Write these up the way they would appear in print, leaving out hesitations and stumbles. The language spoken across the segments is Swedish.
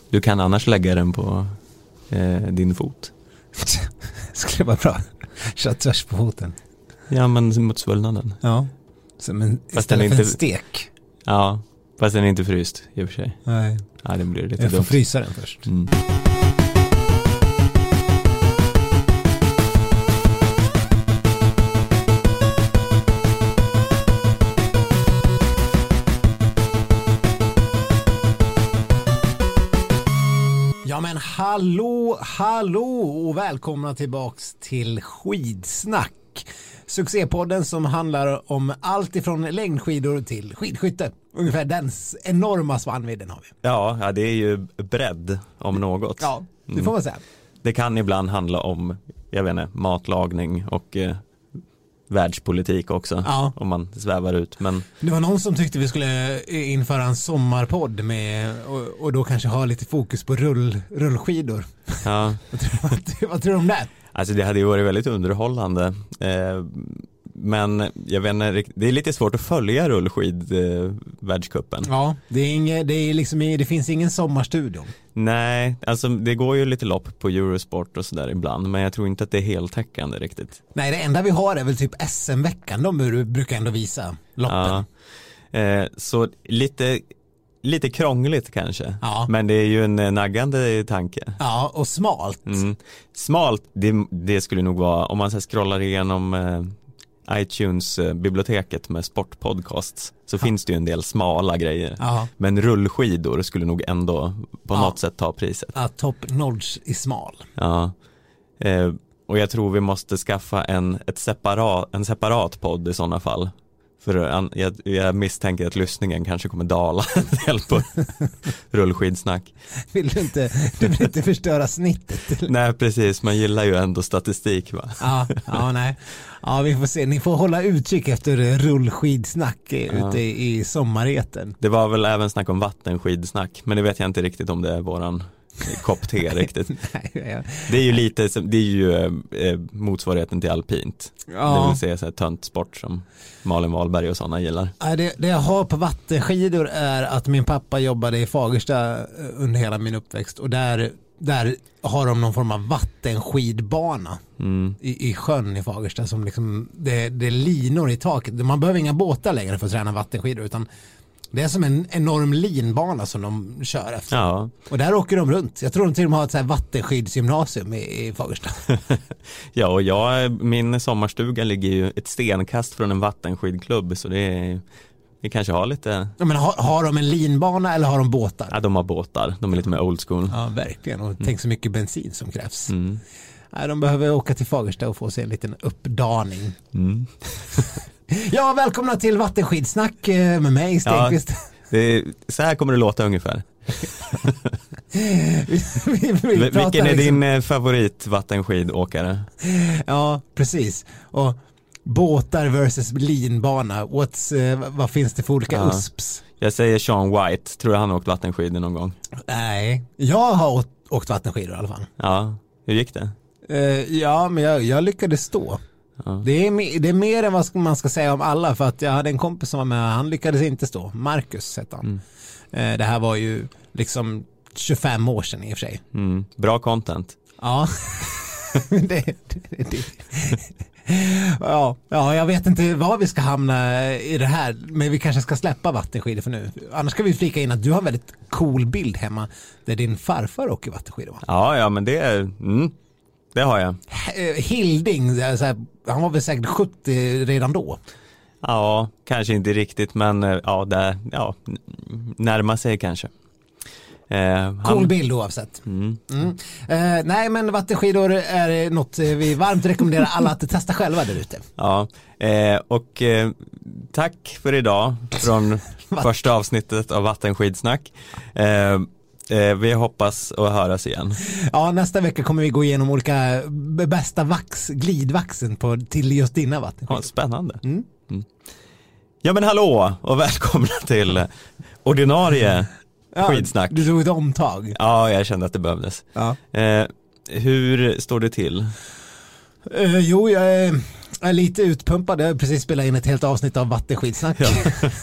Du kan annars lägga den på din fot. Skulle vara bra. Kör tvärs på foten. Ja, men mot svullnaden. Ja. Men istället för en stek. Ja, fast den är inte fryst i och för sig. Nej. Ja, det blir lite Jag får dumt. frysa den först. Mm. Ja men hallå och välkomna tillbaks till Skidsnack. Succépodden som handlar om allt ifrån längdskidor till skidskytte. Ungefär den enorma spännvidden har vi. Ja, det är ju bredd om något. Ja, det får man säga. Det kan ibland handla om, jag vet inte, matlagning och världspolitik också. Ja. Om man svävar ut. Men det var någon som tyckte vi skulle införa en sommarpodd med, och då kanske ha lite fokus på rullskidor. Ja. Vad tror du om det? Alltså det hade ju varit väldigt underhållande. Men jag vet inte, det är lite svårt att följa rullskidvärldscupen. Ja, det finns ingen sommarstudio. Nej, alltså det går ju lite lopp på Eurosport och sådär ibland, men jag tror inte att det är heltäckande riktigt. Nej, det enda vi har är väl typ SM-veckan, de brukar ändå visa loppen. Ja, så lite krångligt kanske, ja. Men det är ju en naggande tanke. Ja, och smalt. Smalt, det skulle nog vara, om man så scrollar igenom iTunes-biblioteket med sportpodcasts så finns det ju en del smala grejer. Ja. Men rullskidor skulle nog ändå på något sätt ta priset. Ja, top notch i smal. Ja, och jag tror vi måste skaffa en separat podd i sådana fall. För jag misstänker att lyssningen kanske kommer dala en del på rullskidsnack. Vill du inte förstöra snittet? Nej, precis. Man gillar ju ändå statistik, va? Ja, nej. Ja, vi får se. Ni får hålla utkik efter rullskidsnack ute i sommareten. Det var väl även snack om vattenskidsnack, men det vet jag inte riktigt om det är våran kopp te riktigt. Nej, ja. Det är ju motsvarigheten till alpint. Ja. Det vill säga så här tönt sport som Malin Wahlberg och sådana gillar. Det jag har på vattenskidor är att min pappa jobbade i Fagersta under hela min uppväxt, och där har de någon form av vattenskidbana i sjön i Fagersta som liksom det är linor i taket. Man behöver inga båtar längre för att träna vattenskidor, utan det är som en enorm linbana som de kör efter. Ja. Och där åker de runt. Jag tror de till och med har ett så här vattenskidsgymnasium i Fagersta. Ja, och min sommarstuga ligger ju ett stenkast från en vattenskidklubb, så vi kanske har lite... Ja, men har de en linbana eller har de båtar? Ja, de har båtar. De är lite mer old school. Ja, verkligen. Och tänk så mycket bensin som krävs. Nej, de behöver åka till Fagersta och få sig en liten uppdaning. Ja, välkomna till vattenskidsnack med mig, Stenqvist. Ja, så här kommer det låta ungefär. Vilken är din favorit vattenskidåkare? Ja, precis. Och båtar versus linbana. Vad finns det för olika USPs? Jag säger Sean White. Tror jag han har åkt vattenskidor någon gång? Nej, jag har åkt vattenskidor i alla fall. Ja, hur gick det? Ja, men jag lyckades stå. Ja. Det är mer än vad man ska säga om alla, för att jag hade en kompis som var med, han lyckades inte stå. Marcus hette han. Det här var ju liksom 25 år sedan i och för sig. Bra content. Ja. Ja, jag vet inte var vi ska hamna i det här, men vi kanske ska släppa vattenskidor för nu. Annars ska vi flika in att du har en väldigt cool bild hemma där din farfar åker vattenskidor, va? Ja, men det har jag. Hilding, så här, han var väl säkert 70 redan då. Ja, kanske inte riktigt, men närma sig kanske. Cool bild oavsett. Nej, men vattenskidor är något vi varmt rekommenderar alla att testa själva där ute. Ja, och tack för idag från första avsnittet av Vattenskidsnack. Vi hoppas att höras igen. Ja, nästa vecka kommer vi gå igenom olika bästa glidvaxen till just dina vattenskidor. Ja, spännande. Ja, men hallå och välkomna till ordinarie skidsnack. Du tog ett omtag. Ja, jag kände att det behövdes. Ja. Hur står det till? Jo, Jag är lite utpumpad. Jag har precis spelat in ett helt avsnitt av vattenskidsnack. Ja.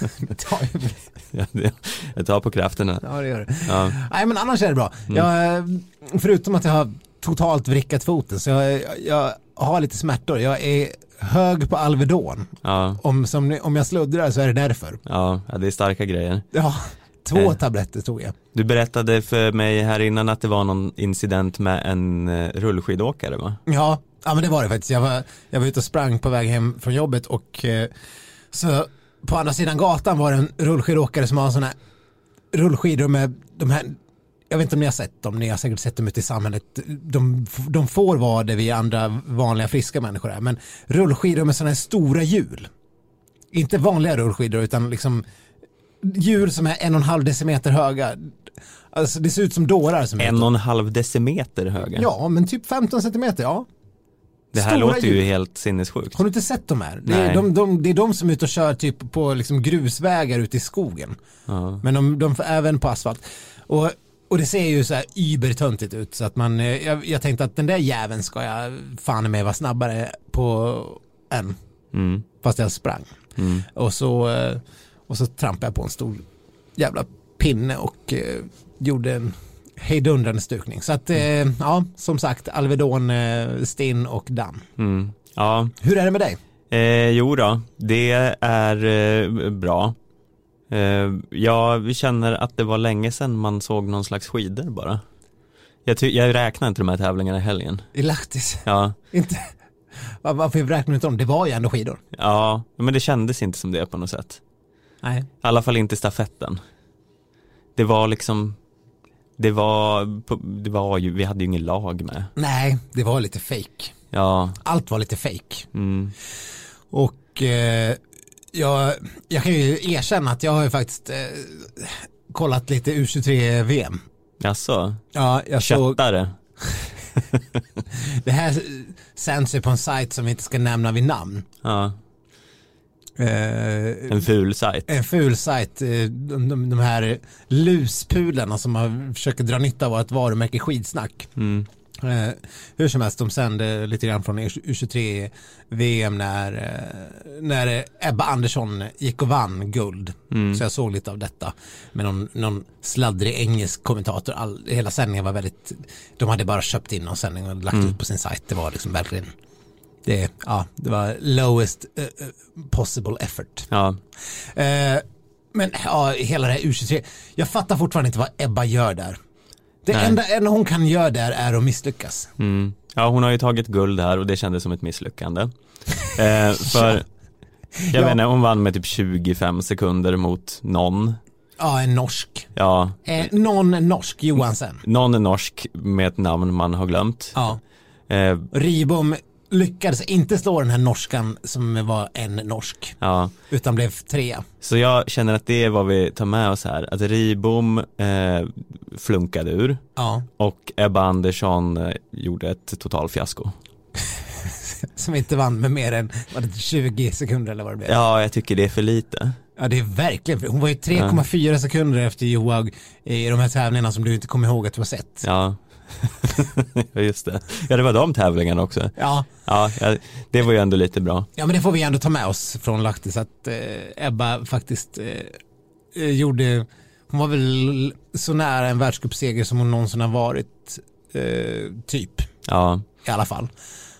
Jag tar på krafterna. Ja, det gör det. Ja. Nej, men annars är det bra. Förutom att jag har totalt vrickat foten, så jag har lite smärtor. Jag är hög på Alvedon. Ja. Om jag sluddrar så är det därför. Ja, det är starka grejer. Ja, 2 tabletter tog jag. Du berättade för mig här innan att det var någon incident med en rullskidåkare, va? Ja, men det var det faktiskt. Jag var ute och sprang på väg hem från jobbet och så på andra sidan gatan var det en rullskidåkare som har sådana här rullskidor med de här, jag vet inte om ni har sett dem, ni har säkert sett dem ute i samhället. De får vara det vi andra vanliga friska människor är, men rullskidor med sådana här stora hjul. Inte vanliga rullskidor utan liksom hjul som är 1,5 decimeter höga. Alltså det ser ut som dårar som 1,5 decimeter höga? Ja, men typ 15 centimeter, ja. Det här låter ju helt sinnessjukt. Har du inte sett de här? Det är de som är ute och kör typ på liksom grusvägar ute i skogen. Ja. Men de även på asfalt. Och det ser ju så här übertöntigt ut, så att jag tänkte att den där jäveln ska jag fan med vara snabbare på än. Fast jag sprang. Och så trampade jag på en stor jävla pinne och gjorde en hejdundrande stukning. Så att ja, som sagt, Alvedon, Stinn och Dan. Ja. Hur är det med dig? Jo då, det är bra. Jag känner att det var länge sedan man såg någon slags skidor bara. Jag räknar inte de här tävlingarna i helgen. I Lahtis? Ja. Inte. Varför räknar du inte om? Det var ju ändå skidor. Ja, men det kändes inte som det på något sätt. Nej. I alla fall inte stafetten. Det var liksom... Det var ju, vi hade ju ingen lag med. Nej, det var lite fake. Ja. Allt var lite fake. Och jag kan ju erkänna att jag har ju faktiskt kollat lite U23-VM. Jaså? Ja, jag såg... Köttare. Det här sänds ju på en sajt som vi inte ska nämna vid namn. Ja. En ful sajt. En ful sajt. De här luspularna som försöker dra nytta av ett varumärke skidsnack. Hur som helst, de sände lite grann från U23-VM när Ebba Andersson gick och vann guld. Så jag såg lite av detta med någon sladdrig engelsk kommentator. Hela sändningen var väldigt... De hade bara köpt in någon sändning och lagt ut på sin sajt. Det var liksom verkligen... Det var lowest possible effort. Ja. Men ja, hela det här U23. Jag fattar fortfarande inte vad Ebba gör där. Det enda hon kan göra där är att misslyckas. Ja, hon har ju tagit guld här och det kändes som ett misslyckande. För jag vet inte, hon vann med typ 25 sekunder mot någon. Ja, en norsk. Ja. Någon norsk, Johansen. Någon norsk med ett namn man har glömt. Ja. Ribom lyckades inte slå den här norskan som var en norsk. Ja. Utan blev 3. Så jag känner att det är vad vi tar med oss här. Att Ribom flunkade ur. Ja. Och Ebba Andersson gjorde ett total fiasko. Som inte vann med mer än 20 sekunder eller vad det blev. Ja, jag tycker det är för lite. Ja, det är verkligen. Hon var ju 3,4 sekunder efter Johaug i de här tävlingarna som du inte kommer ihåg att du har sett. Ja. Ja, just det. Ja, det var de tävlingarna också. Ja, det var ju ändå lite bra. Ja, men det får vi ändå ta med oss från Lahtis att Ebba faktiskt gjorde... Hon var väl så nära en världscupseger som hon någonsin har varit typ. Ja. I alla fall.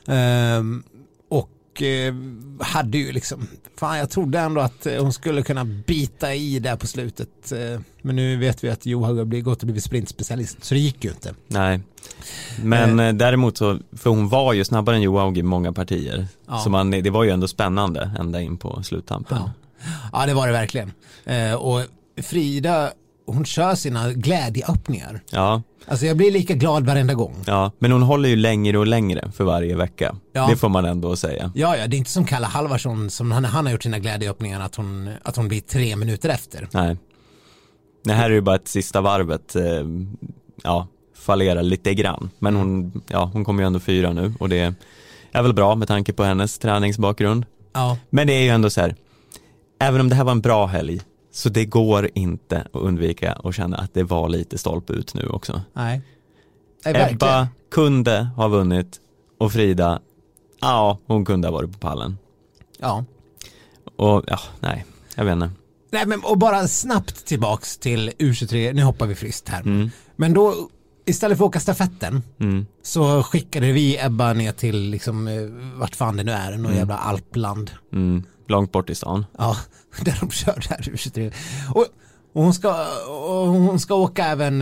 Och hade ju liksom... Fan, jag trodde ändå att hon skulle kunna bita i där på slutet. Men nu vet vi att Johaug har blivit sprintspecialist. Så det gick ju inte. Nej. Men däremot så... För hon var ju snabbare än Johaug i många partier. Ja. Så det var ju ändå spännande ända in på sluttampen. Ja, det var det verkligen. Och Frida... Hon kör sina glädjeöppningar. Ja. Alltså jag blir lika glad varenda gång. Ja, men hon håller ju längre och längre för varje vecka. Ja. Det får man ändå säga. Ja, det är inte som Kalle Halvarsson som han har gjort sina glädjeöppningar att hon blir 3 minuter efter. Nej. Det här är ju bara ett sista varvet. Fallerar lite grann. Men hon kommer ju ändå 4 nu. Och det är väl bra med tanke på hennes träningsbakgrund. Ja. Men det är ju ändå så här. Även om det här var en bra helg. Så det går inte att undvika att känna att det var lite stolpe ut nu också. Nej. Ebba kunde ha vunnit och Frida Ja, hon kunde ha varit på pallen. Ja. Och nej, jag vet inte. Nej, men och bara snabbt tillbaks till U23, nu hoppar vi friskt här. Men då, istället för att åka stafetten, så skickade vi Ebba ner till liksom, vart fan det nu är, någon jävla alpland. Långt bort i stan. Ja, där de kör där U23. Och hon ska åka även,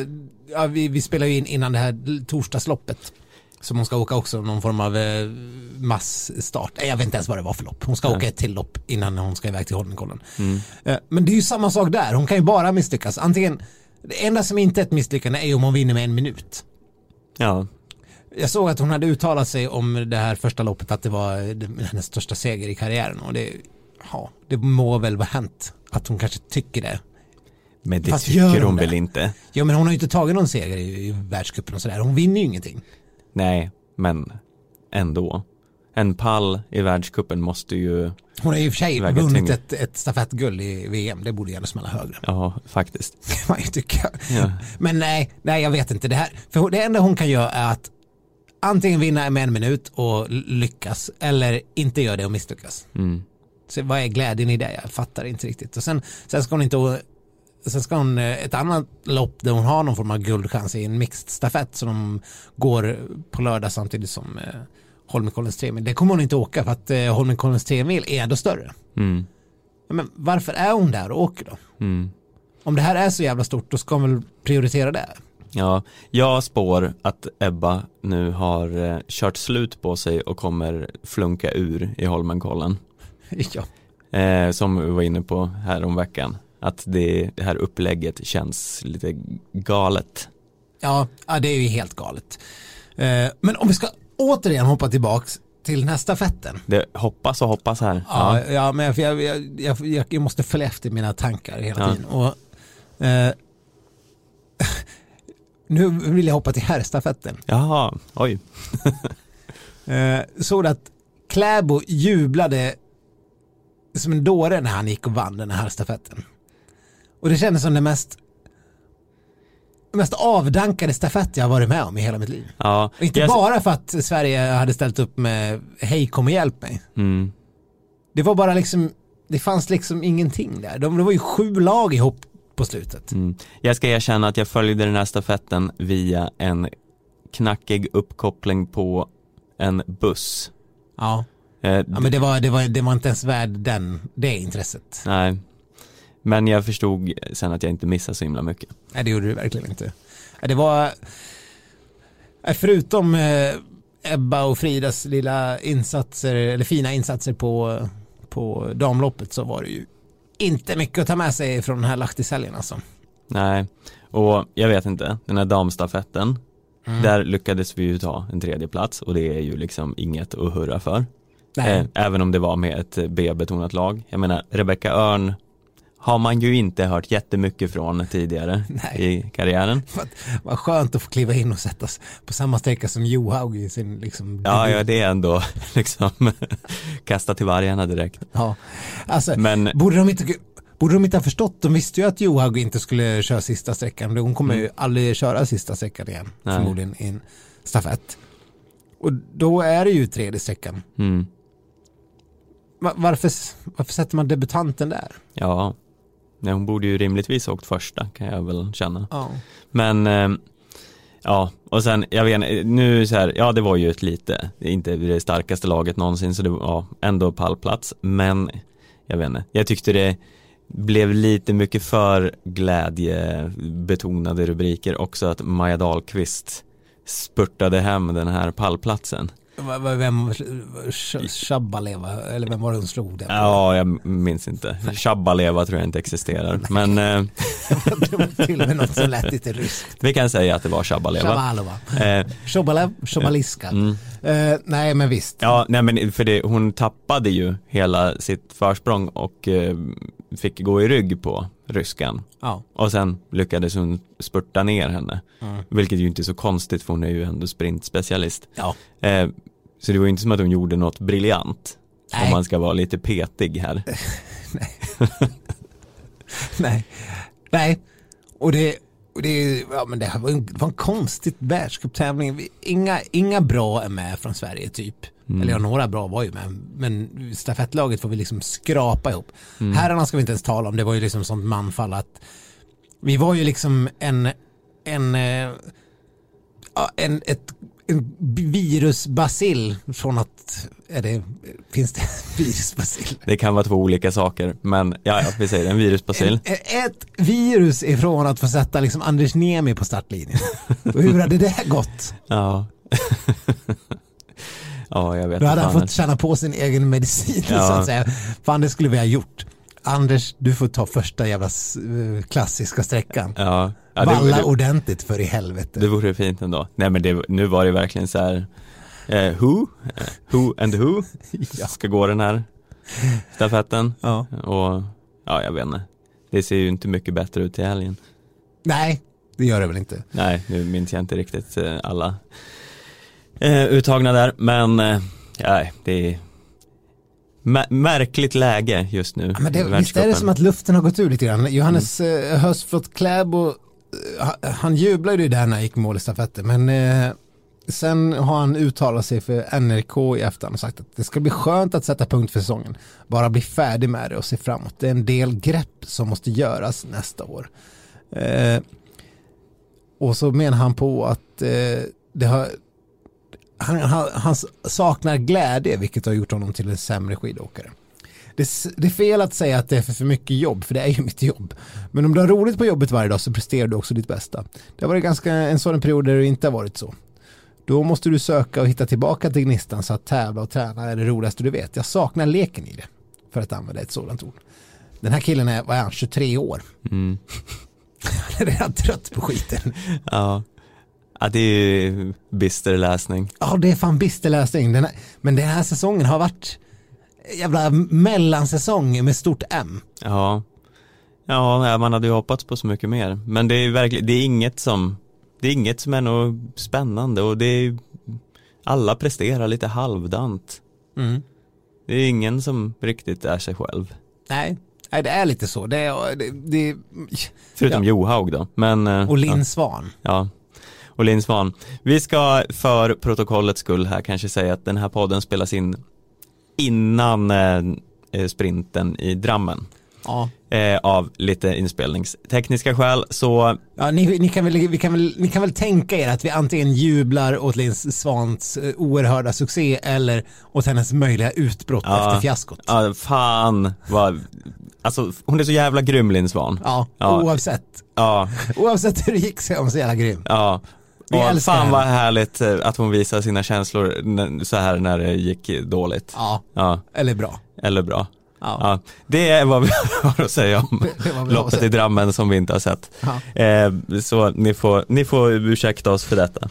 vi spelar ju in innan det här torsdagsloppet. Så hon ska åka också någon form av massstart. Jag vet inte ens vad det var för lopp. Hon ska åka ett till lopp innan hon ska iväg till Holmenkollen. Men det är ju samma sak där. Hon kan ju bara misslyckas. Antingen, det enda som inte är ett misslyckande är om hon vinner med 1 minut. Ja. Jag såg att hon hade uttalat sig om det här första loppet att det var hennes största seger i karriären. Och det må väl vara hänt att hon kanske tycker det. Men det tycker hon väl inte? Jo, men hon har ju inte tagit någon seger i världscupen och sådär. Hon vinner ju ingenting. Nej, men ändå. En pall i världscupen måste ju... Hon har ju i och för sig vunnit ett stafettguld i VM. Det borde gärna smälla högre. Ja, faktiskt. Man ju tycka. Ja. Men nej, jag vet inte. Det här, för det enda hon kan göra är att antingen vinna med 1 minut och lyckas, eller inte göra det och misslyckas. Så vad är glädjen i det? Jag fattar inte riktigt. Och sen ska hon inte... Sen ska hon ett annat lopp där hon har någon form av guldchans i en mixed stafett, så de går på lördag samtidigt som Holmenkollens 3 mil. Det kommer hon inte åka för att Holmenkollens 3 mil är ändå större. Men varför är hon där och åker då? Om det här är så jävla stort, då ska hon väl prioritera det. Ja, jag spår att Ebba nu har kört slut på sig och kommer flunka ur i Holmenkollen. Ja. Som vi var inne på här om veckan. Att det här upplägget känns lite galet. Ja, det är ju helt galet. Men om vi ska återigen hoppa tillbaks till den här stafetten. Det hoppas här. Ja, men jag måste följa efter mina tankar hela tiden. Och, nu vill jag hoppa till här stafetten. Jaha, oj. Så att Kläbo jublade som en dåre när han gick och vann den här stafetten. Och det kändes som det mest avdankade stafett jag har varit med om i hela mitt liv. Ja. Och inte bara för att Sverige hade ställt upp med hej, kom och hjälp mig. Det var bara liksom, det fanns liksom ingenting där. Det var ju 7 lag ihop på slutet. Jag ska erkänna att jag följde den här stafetten via en knackig uppkoppling på en buss. Ja. Men det var inte ens värd det intresset. Nej. Men jag förstod sen att jag inte missade så himla mycket. Nej, det gjorde du verkligen inte. Det var förutom Ebba och Fridas lilla insatser, eller fina insatser på damloppet, så var det ju inte mycket att ta med sig från den här Lahtishelgen alltså. Nej, och jag vet inte, den här damstafetten, där lyckades vi ju ta en 3:e plats, och det är ju liksom inget att hurra för. Även om det var med ett B-betonat lag. Jag menar, Rebecca Örn har man ju inte hört jättemycket från tidigare i karriären. Vad skönt att få kliva in och sättas på samma sträcka som Johaug i sin liksom... Ja, det är ändå liksom kasta till vargarna direkt. Ja, alltså, men borde de inte ha förstått? De visste ju att Johaug inte skulle köra sista sträckan. Hon kommer ju aldrig köra sista sträckan igen. Nej. Förmodligen i en stafett. Och då är det ju 3:e sträckan. Varför sätter man debutanten där? Ja, hon borde ju rimligtvis ha åkt första, kan jag väl känna. Ja. Men och sen, jag vet nu så här, det var ju inte det starkaste laget någonsin, så det var ändå pallplats. Men jag vet inte, jag tyckte det blev lite mycket för glädjebetonade rubriker också, att Maja Dahlqvist spurtade hem den här pallplatsen. Vem Shabaleva, eller vem var det hon slog den? Ja, jag minns inte. Shabaleva tror jag inte existerar. Men till och med något som lät lite ryskt. Vi kan säga att det var Shabaleva. Shabaliska. Nej, men visst. Ja, nej, men för hon tappade ju hela sitt försprång och fick gå i rygg på ryskan. Ja. Och sen lyckades hon spurta ner henne. Vilket ju inte är så konstigt, för hon är ju ändå sprintspecialist. Ja. Så det var ju inte som att hon gjorde något briljant. Nej. Om man ska vara lite petig här. Nej. Och Och men det här var en konstigt världscuptävling. Inga bra är med från Sverige typ. Eller några bra var ju med. Men stafettlaget får vi liksom skrapa ihop. Herrarna ska vi inte ens tala om. Det var ju liksom sånt manfall att vi var ju liksom en virusbacill från att finns det virusbacill? Det kan vara 2 olika saker, men vi säger en virusbacill. Ett virus ifrån att få sätta liksom Anders Niemi på startlinjen. Och hur hade det gått? Ja. Ja, jag vet. Då hade han fått känna på sin egen medicin så att säga. Fan, det skulle vi ha gjort. Anders, du får ta första jävla klassiska sträckan. Ja. Valla ordentligt för i helvete. Det vore fint ändå. Nej, men nu var det verkligen så här who and who ska gå den här stafetten. Ja. Och jag vet inte. Det ser ju inte mycket bättre ut i helgen. Nej, det gör det väl inte. Nej, nu minns jag inte riktigt alla uttagna där. Men det är märkligt läge just nu. Ja, men visst är det som att luften har gått ur lite grann. Johannes Hösflot Kläbo, han jublade ju där när han gick mål i stafetten, men sen har han uttalat sig för NRK i efterhand och sagt att det ska bli skönt att sätta punkt för säsongen. Bara bli färdig med det och se framåt. Det är en del grepp som måste göras nästa år. Och så menar han på att han saknar glädje, vilket har gjort honom till en sämre skidåkare. Det är fel att säga att det är för mycket jobb, för det är ju mitt jobb. Men om du har roligt på jobbet varje dag så presterar du också ditt bästa. Det har varit en sådan period där det inte har varit så. Då måste du söka och hitta tillbaka till gnistan så att tävla och träna är det roligaste du vet. Jag saknar leken i det, för att använda ett sådant ord. Den här killen är 23 år. Han är redan trött på skiten. Ja, det är ju bister läsning. Ja, det är fan bister läsning. Men den här säsongen har varit jävla mellansäsong med stort M. Ja, man hade ju hoppats på så mycket mer. Men det är verkligen, det är inget som är något spännande, och det är, alla presterar lite halvdant. Det är ingen som riktigt är sig själv. Nej, det är lite så. Förutom Johaug då. Men, och Linn Svan. Ja. Och Linn Svan. Vi ska för protokollets skull här kanske säga att den här podden spelas in innan sprinten i Drammen. Ja. Av lite inspelningstekniska skäl. Så ja, ni kan väl tänka er att vi antingen jublar åt Linn Svans oerhörda succé eller åt hennes möjliga utbrott efter fiaskot. Ja, fan. Alltså, hon är så jävla grym, Linn Svan. Ja, oavsett. Ja. Oavsett hur det gick så är hon så jävla grym. Ja. Och fan vad härligt att hon visar sina känslor så här när det gick dåligt. Ja. Eller bra. Ja. Det är vad vi har att säga om loppet i Drammen som vi inte har sett. Så ni får ursäkta oss för detta.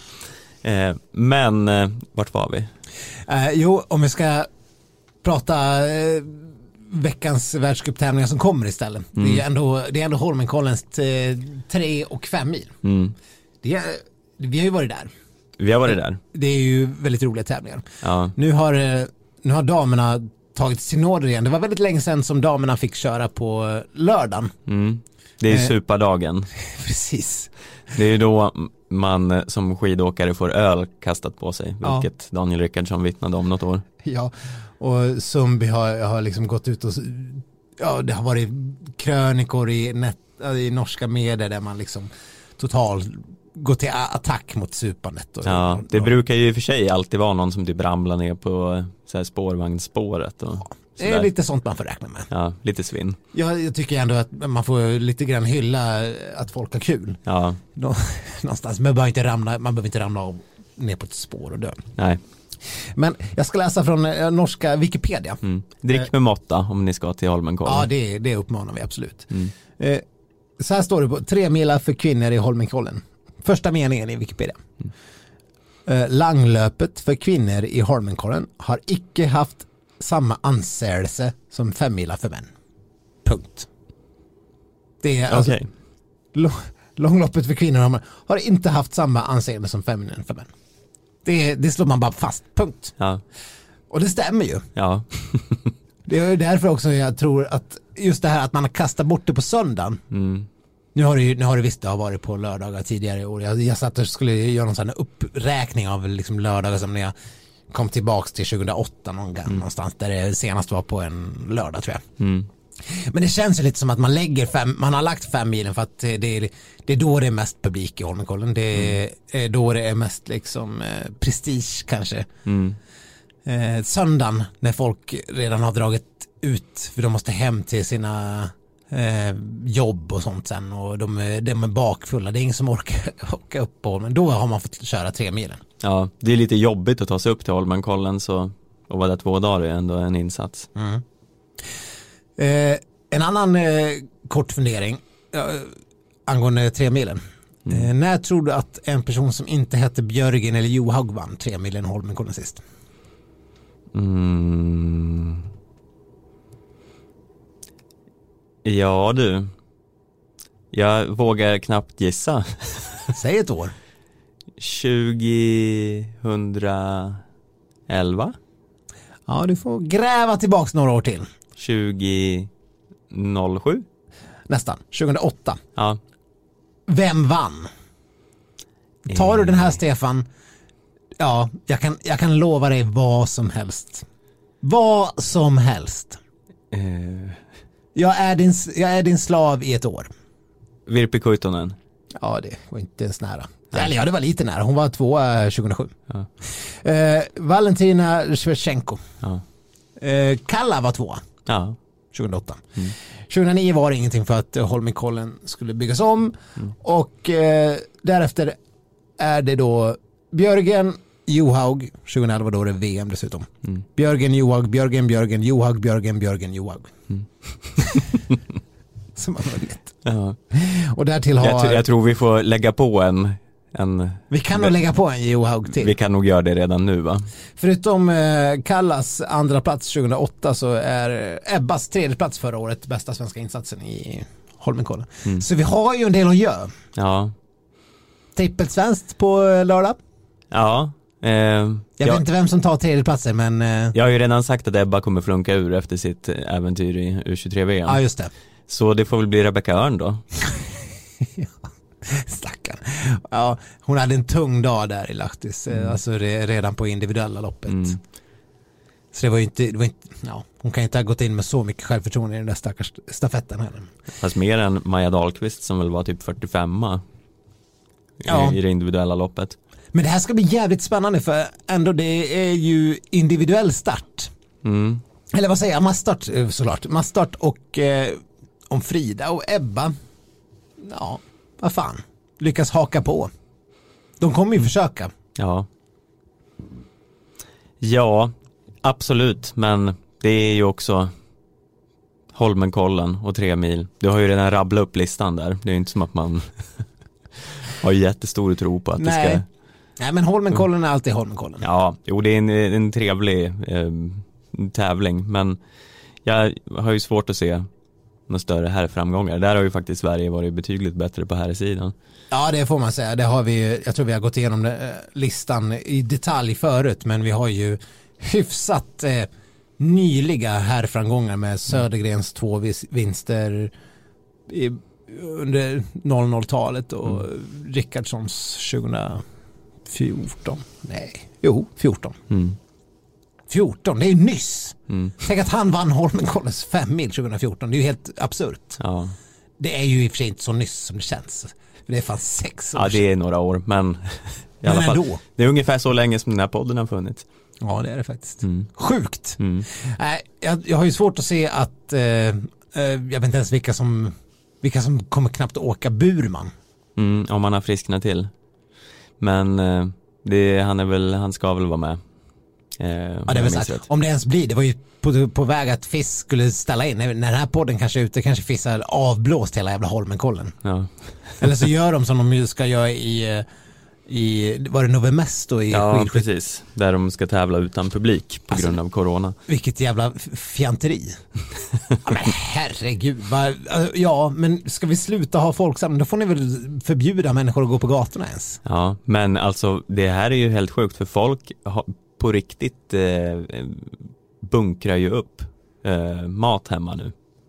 Men vart var vi? Jo, om vi ska prata veckans världscuptävlingar som kommer istället. Det är ändå Holmenkollens 3 och 5 mil. Vi har ju varit där. Vi har varit där. Det är ju väldigt roliga tävlingar. Ja. Nu har damerna tagit sin order igen. Det var väldigt länge sedan som damerna fick köra på lördagen. Det är superdagen. Precis. Det är ju då man som skidåkare får öl kastat på sig, vilket Daniel Rickardsson vittnade om något år. Ja, och Sundby har liksom gått ut och det har varit krönikor i norska medier där man liksom totalt gå till attack mot supandet. Det brukar ju i och för sig alltid vara någon som typ ramlar ner på så här spårvagnsspåret. Det är lite sånt man får räkna med. Ja, lite svinn. Jag tycker ändå att man får lite grann hylla att folk har kul. Ja. Någonstans. Man behöver inte ramla av ner på ett spår och dö. Nej. Men jag ska läsa från norska Wikipedia. Drick med måtta om ni ska till Holmenkollen. Ja, det uppmanar vi absolut. Så här står det på 3 mila för kvinnor i Holmenkollen. Första meningen i Wikipedia. Langlöpet för kvinnor i Holmenkollen har icke haft samma anseelse som 5 mila för män. Punkt. Det är alltså, långloppet för kvinnor har inte haft samma anseende som 5 mila för män. Det slår man bara fast. Punkt. Ja. Och det stämmer ju. Ja. Det är därför också jag tror att just det här att man har kastat bort det på söndagen. Nu har det visst det har varit på lördagar tidigare i år. Jag satt och skulle göra någon sån här uppräkning av liksom lördagar som när jag kom tillbaks till 2008 någonstans där det senast var på en lördag tror jag. Men det känns ju lite som att man har lagt 5 milen för att det är då det är mest publik i Holmenkollen. Det är då det är mest liksom prestige kanske. Söndagen när folk redan har dragit ut för de måste hem till sina jobb och sånt sen och de är bakfulla. Det är ingen som orkar upp på, men då har man fått köra 3 milen. Ja, det är lite jobbigt att ta sig upp till Holmenkollen så och vara där 2 dagar är ändå en insats. En annan kort fundering angående 3 milen. När tror du att en person som inte hette Björgen eller Johaug vann 3 milen Holmenkollen sist? Ja du. Jag vågar knappt gissa. Säg ett år. 2011? Ja, du får gräva tillbaks några år till. 2007? Nästan, 2008. Ja. Vem vann? Tar du den här, Stefan? Ja, jag kan lova dig vad som helst. Vad som helst. Jag är din slav i ett år. Virpi Kuitunen. Ja, det var inte ens nära. Eller ja, det var lite nära. Hon var 2 2007. Ja. Valentina Shevchenko. Ja. Kalla var 2. Ja. 2008. 2009 var det ingenting för att Holmenkollen skulle byggas om. Och därefter är det då Björgen, Johaug. 2011 då är det VM dessutom. Björgen, Johaug, Björgen, Johaug, Björgen, Johaug. Som man vet. Ja. Och därtill har... Jag tror vi får lägga på en... Vi kan nog lägga på en Johaug till. Vi kan nog göra det redan nu, va? Förutom Kallas andra plats 2008 så är Ebbas 3:e plats förra året bästa svenska insatsen i Holmenkollen. Så vi har ju en del att göra. Ja. Trippelt svenskt på lördag. Ja. Jag vet inte vem som tar 3:e platsen, men... Jag har ju redan sagt att Ebba kommer flunka ur efter sitt äventyr i U23-VM. Ja, just det. Så det får väl bli Rebecca Örn då. Ja, stackarn. Ja, hon hade en tung dag där i Lahtis. Alltså redan på individuella loppet. Så det var inte ja, hon kan inte ha gått in med så mycket självförtroende i den där stackars stafetten heller. Fast mer än Maja Dahlqvist som väl var typ 45 i det individuella loppet. Men det här ska bli jävligt spännande för ändå det är ju individuell start. Eller vad säger jag? Massstart såklart. Massstart och om Frida och Ebba, ja, vad fan, lyckas haka på. De kommer ju försöka. Ja, absolut. Men det är ju också Holmenkollen och 3 mil. Du har ju redan rabblat upp listan där. Det är ju inte som att man har jättestor tro på att det ska... Nej, men Holmenkollen är alltid Holmenkollen. Ja, jo, det är en trevlig tävling. Men jag har ju svårt att se några större herrframgångar. Där har ju faktiskt Sverige varit betydligt bättre på här sidan. Ja, det får man säga. Det har vi, jag tror vi har gått igenom listan i detalj förut, men vi har ju hyfsat nyliga herrframgångar med Södergrens 2 vinster under 00-talet och Rickardssons 2014. Nej, jo, 14. 14, det är ju nyss. Tänk att han vann Holmenkollens 5 mil 2014. Det är ju helt absurt. Ja. Det är ju i och för sig inte så nyss som det känns. Det är fan 6 år. Ja, det är några år, men i alla fall. Ändå. Det är ungefär så länge som den här podden har funnits. Ja, det är det faktiskt. Sjukt. Jag har ju svårt att se att jag vet inte ens vilka som kommer knappt åka Burman. Om han har frisknat till. Men han ska väl vara med. Ja, det är väl så här, om det ens blir, det var ju på väg att Fisk skulle ställa in när den här podden kanske är ute, kanske Fisk har avblåst hela jävla Holmenkollen. Ja. Eller så gör de som de ska göra i var det Novemesto i Ja, precis. Där de ska tävla utan publik på grund av corona. Vilket jävla fjanteri. Ja, men herregud. Ja, men ska vi sluta ha folk samman, då får ni väl förbjuda människor att gå på gatorna ens. Ja, men alltså det här är ju helt sjukt för folk på riktigt bunkrar ju upp mat hemma nu.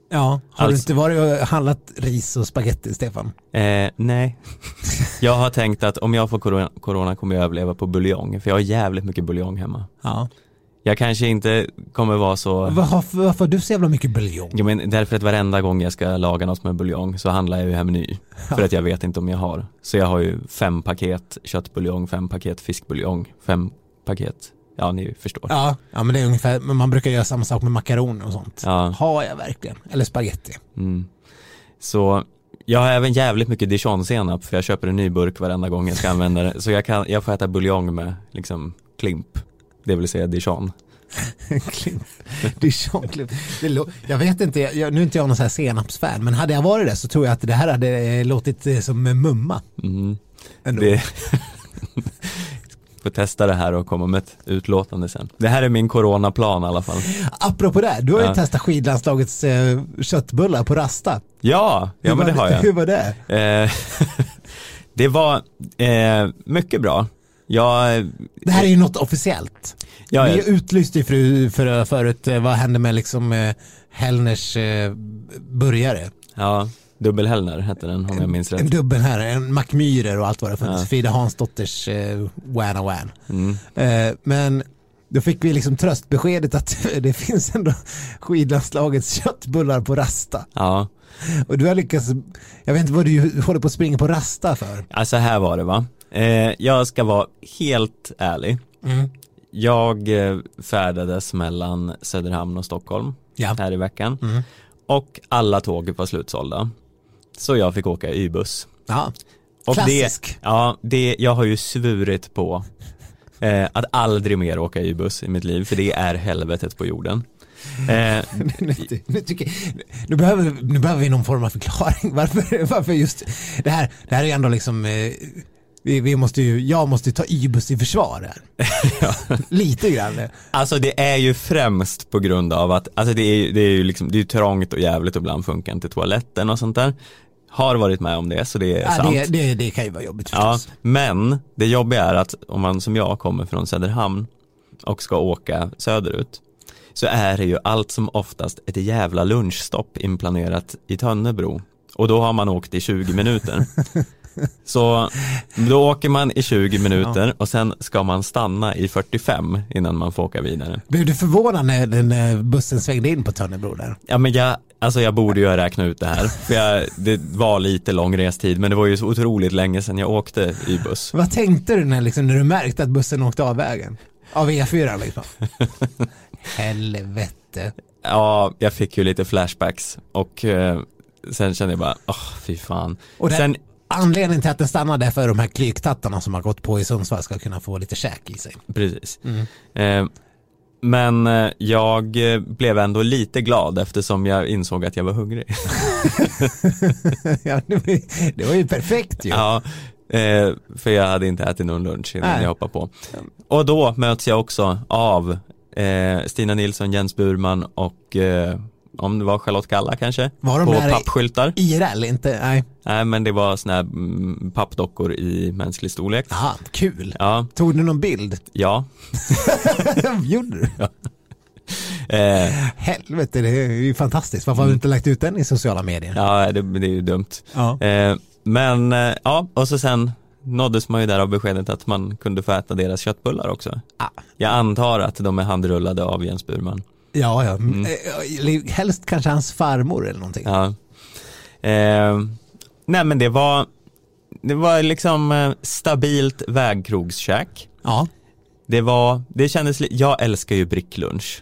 Ja, har du inte varit och handlat ris och spaghetti, Stefan? Nej. Jag har tänkt att om jag får corona kommer jag överleva på buljong. För jag har jävligt mycket buljong hemma. Ja. Jag kanske inte kommer vara så... Varför har du så jävla mycket buljong? Jo, men därför att varenda gång jag ska laga något med buljong så handlar jag ju hem ny. För att jag vet inte om jag har. Så jag har ju 5 paket köttbuljong, 5 paket fiskbuljong, 5 paket... Ja, ni förstår. Ja, men det är ungefär, man brukar göra samma sak med makaroner och sånt. Ja. Har jag verkligen. Eller spaghetti. Så jag har även jävligt mycket dijon-senap för jag köper en ny burk varenda gång jag ska använda det. Så jag får äta buljong med liksom klimp. Det vill säga dijon. Dijon-klimp. Jag vet inte, nu är inte jag någon så här senapsfan, men hade jag varit det så tror jag att det här hade låtit som mumma. Det... Får testa det här och komma med ett utlåtande sen. Det här är min coronaplan i alla fall. Apropå det, du har ju testat skidlandslagets köttbullar på Rasta. Ja, men det har jag. Hur var det? Det var mycket bra. Det här är ju något officiellt. Vi utlyste ju förut vad hände med liksom Hellners burgare. Ja. Dubbelhällner hette den om jag minns rätt. En dubbelhällner, en Macmyrer och allt vad det fanns. Frida Hansdotters Wan. Men då fick vi liksom tröstbeskedet att det finns ändå skidlandslagets köttbullar på Rasta. Ja. Och du har lyckats, jag vet inte vad du håller på att springa på Rasta för. Alltså här var det va. Jag ska vara helt ärlig. Jag färdades mellan Söderhamn och Stockholm här i veckan. Och alla tåg var slutsålda. Så jag fick åka Y-buss. Ja, och klassisk. Jag har ju svurit på att aldrig mer åka Y-buss i mitt liv. För det är helvetet på jorden. Nu behöver vi någon form av förklaring. Varför just det här är ju ändå liksom... jag måste ta Y-buss i försvar här. Lite grann. Alltså det är ju främst på grund av att alltså det är ju liksom, det är trångt och jävligt och ibland funkar inte toaletten och sånt där. Har varit med om det så det är sant. Det kan ju vara jobbigt förstås. Men det jobbiga är att om man som jag kommer från Söderhamn och ska åka söderut så är det ju allt som oftast ett jävla lunchstopp inplanerat i Tönnebro. Och då har man åkt i 20 minuter. Så då åker man i 20 minuter och sen ska man stanna i 45 innan man får åka vidare. Blev du förvånad när bussen svängde in på Tönnebro där? Ja, men jag borde ju räkna ut det här. För det var lite lång restid, men det var ju så otroligt länge sedan jag åkte i buss. Vad tänkte du när du märkte att bussen åkte av vägen? Av E4 liksom? Helvete. Ja, jag fick ju lite flashbacks och sen kände jag bara, fy fan. Och anledningen till att den stannade är för de här klyktattarna som har gått på i Sundsvall ska kunna få lite käk i sig. Precis. Men jag blev ändå lite glad eftersom jag insåg att jag var hungrig. Ja, det var ju perfekt ju. Ja, för jag hade inte ätit någon lunch innan jag hoppade på. Och då möts jag också av Stina Nilsson, Jens Burman och om det var Charlotte Kalla kanske. Var de på pappskyltar. IRL inte? Nej, men det var såna här pappdockor i mänsklig storlek. Aha, kul. Ja. Tog du någon bild? Ja. Gjorde du? Ja. Helvete, det är ju fantastiskt. Varför har du inte lagt ut den i sociala medier? Ja, det är ju dumt. Ja. Men och så sen nåddes man ju där av beskedet att man kunde få äta deras köttbullar också. Jag antar att de är handrullade av Jens Burman. Ja. Helst kanske hans farmor eller någonting. Ja. Nej, men det var liksom stabilt vägkrogskäk. Ja. Det kändes jag älskar ju bricklunch.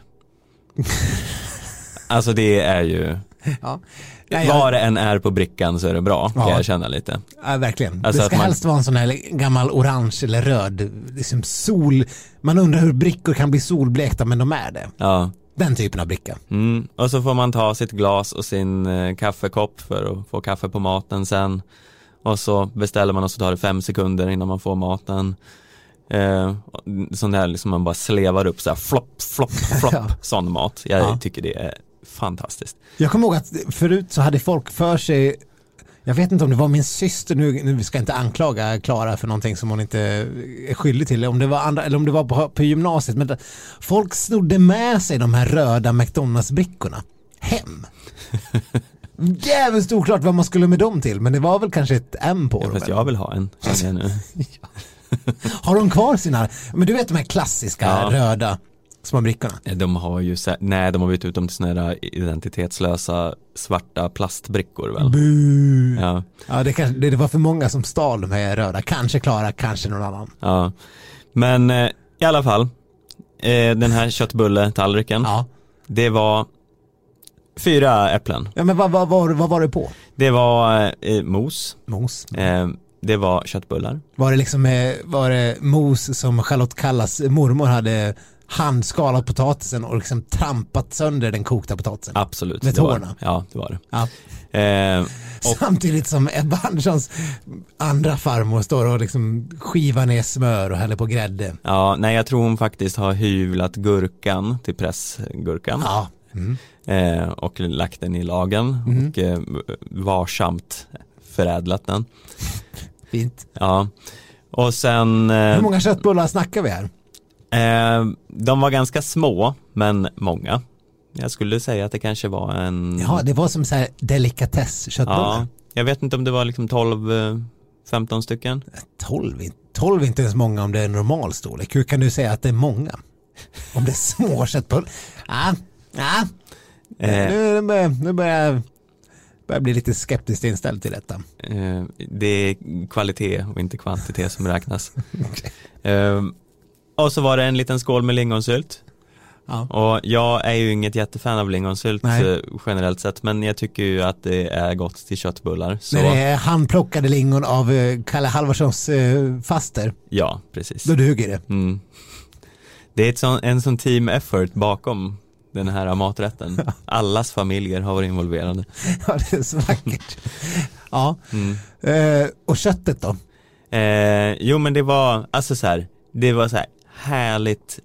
Alltså det är ju var det än är på brickan så är det bra, kan jag känna lite. Ja, verkligen. Alltså det ska helst vara en sån här gammal orange eller röd liksom man undrar hur brickor kan bli solblekta, men de är det. Ja. Den typen av bricka. Och så får man ta sitt glas och sin kaffekopp för att få kaffe på maten sen. Och så beställer man och så tar det 5 sekunder innan man får maten. Sån där liksom man bara slevar upp så här flopp sån mat. Jag tycker det är fantastiskt. Jag kommer ihåg att förut så hade folk för sig, jag vet inte om det var min syster, nu ska jag inte anklaga Klara för någonting som hon inte är skyldig till, om det var andra, eller om det var på gymnasiet, men folk snodde med sig de här röda McDonalds-brickorna hem. Jävligt oklart vad man skulle med dem till, men det var väl kanske ett M på dem. Fast jag vill ha en, känner jag nu. Har de kvar sina, men du vet de här klassiska röda små brickorna? De har ju, nej, de har bytt ut dem till såna här identitetslösa svarta plastbrickor väl? Ja, det var för många som stal de här röda, kanske Klara, kanske någon annan. Ja, men i alla fall den här köttbulletallriken, det var 4 äpplen. Ja, men vad var det på? Det var mos. Det var köttbullar. Var det mos som Charlotte Kallas mormor hade handskalat potatisen och liksom trampat sönder den kokta potatisen? Absolut. Med tårna? Ja, det var det. Ja. Samtidigt som Ebba Anderssons andra farmor står och liksom skivar ner smör och häller på grädde. Ja, nej, jag tror hon faktiskt har hyvlat gurkan till pressgurkan. Ja. Och lagt den i lagen och varsamt förädlat den. Fint. Ja. Och sen... Hur många köttbullar snackar vi här? De var ganska små, men många. Jag skulle säga att det kanske var en... Ja, det var som så här delikatess-köttbullar. Ja, jag vet inte om det var liksom 12-15 stycken. 12 är inte ens många om det är normal storlek. Hur kan du säga att det är många? Om det är små köttbullar? Nu börjar jag bli lite skeptiskt inställd till detta. Det är kvalitet och inte kvantitet som räknas. Och så var det en liten skål med lingonsylt. Ja. Och jag är ju inget jättefan av lingonsylt generellt sett, men jag tycker ju att det är gott till köttbullar. Så... När det är handplockade lingon av Kalle Halvarssons faster. Ja, precis. Då duger det. Mm. Det är en sån team effort bakom den här maträtten. Allas familjer har varit involverade. Ja, det är så vackert. Ja. Och köttet då? Jo, men det var alltså så här, det var så här härligt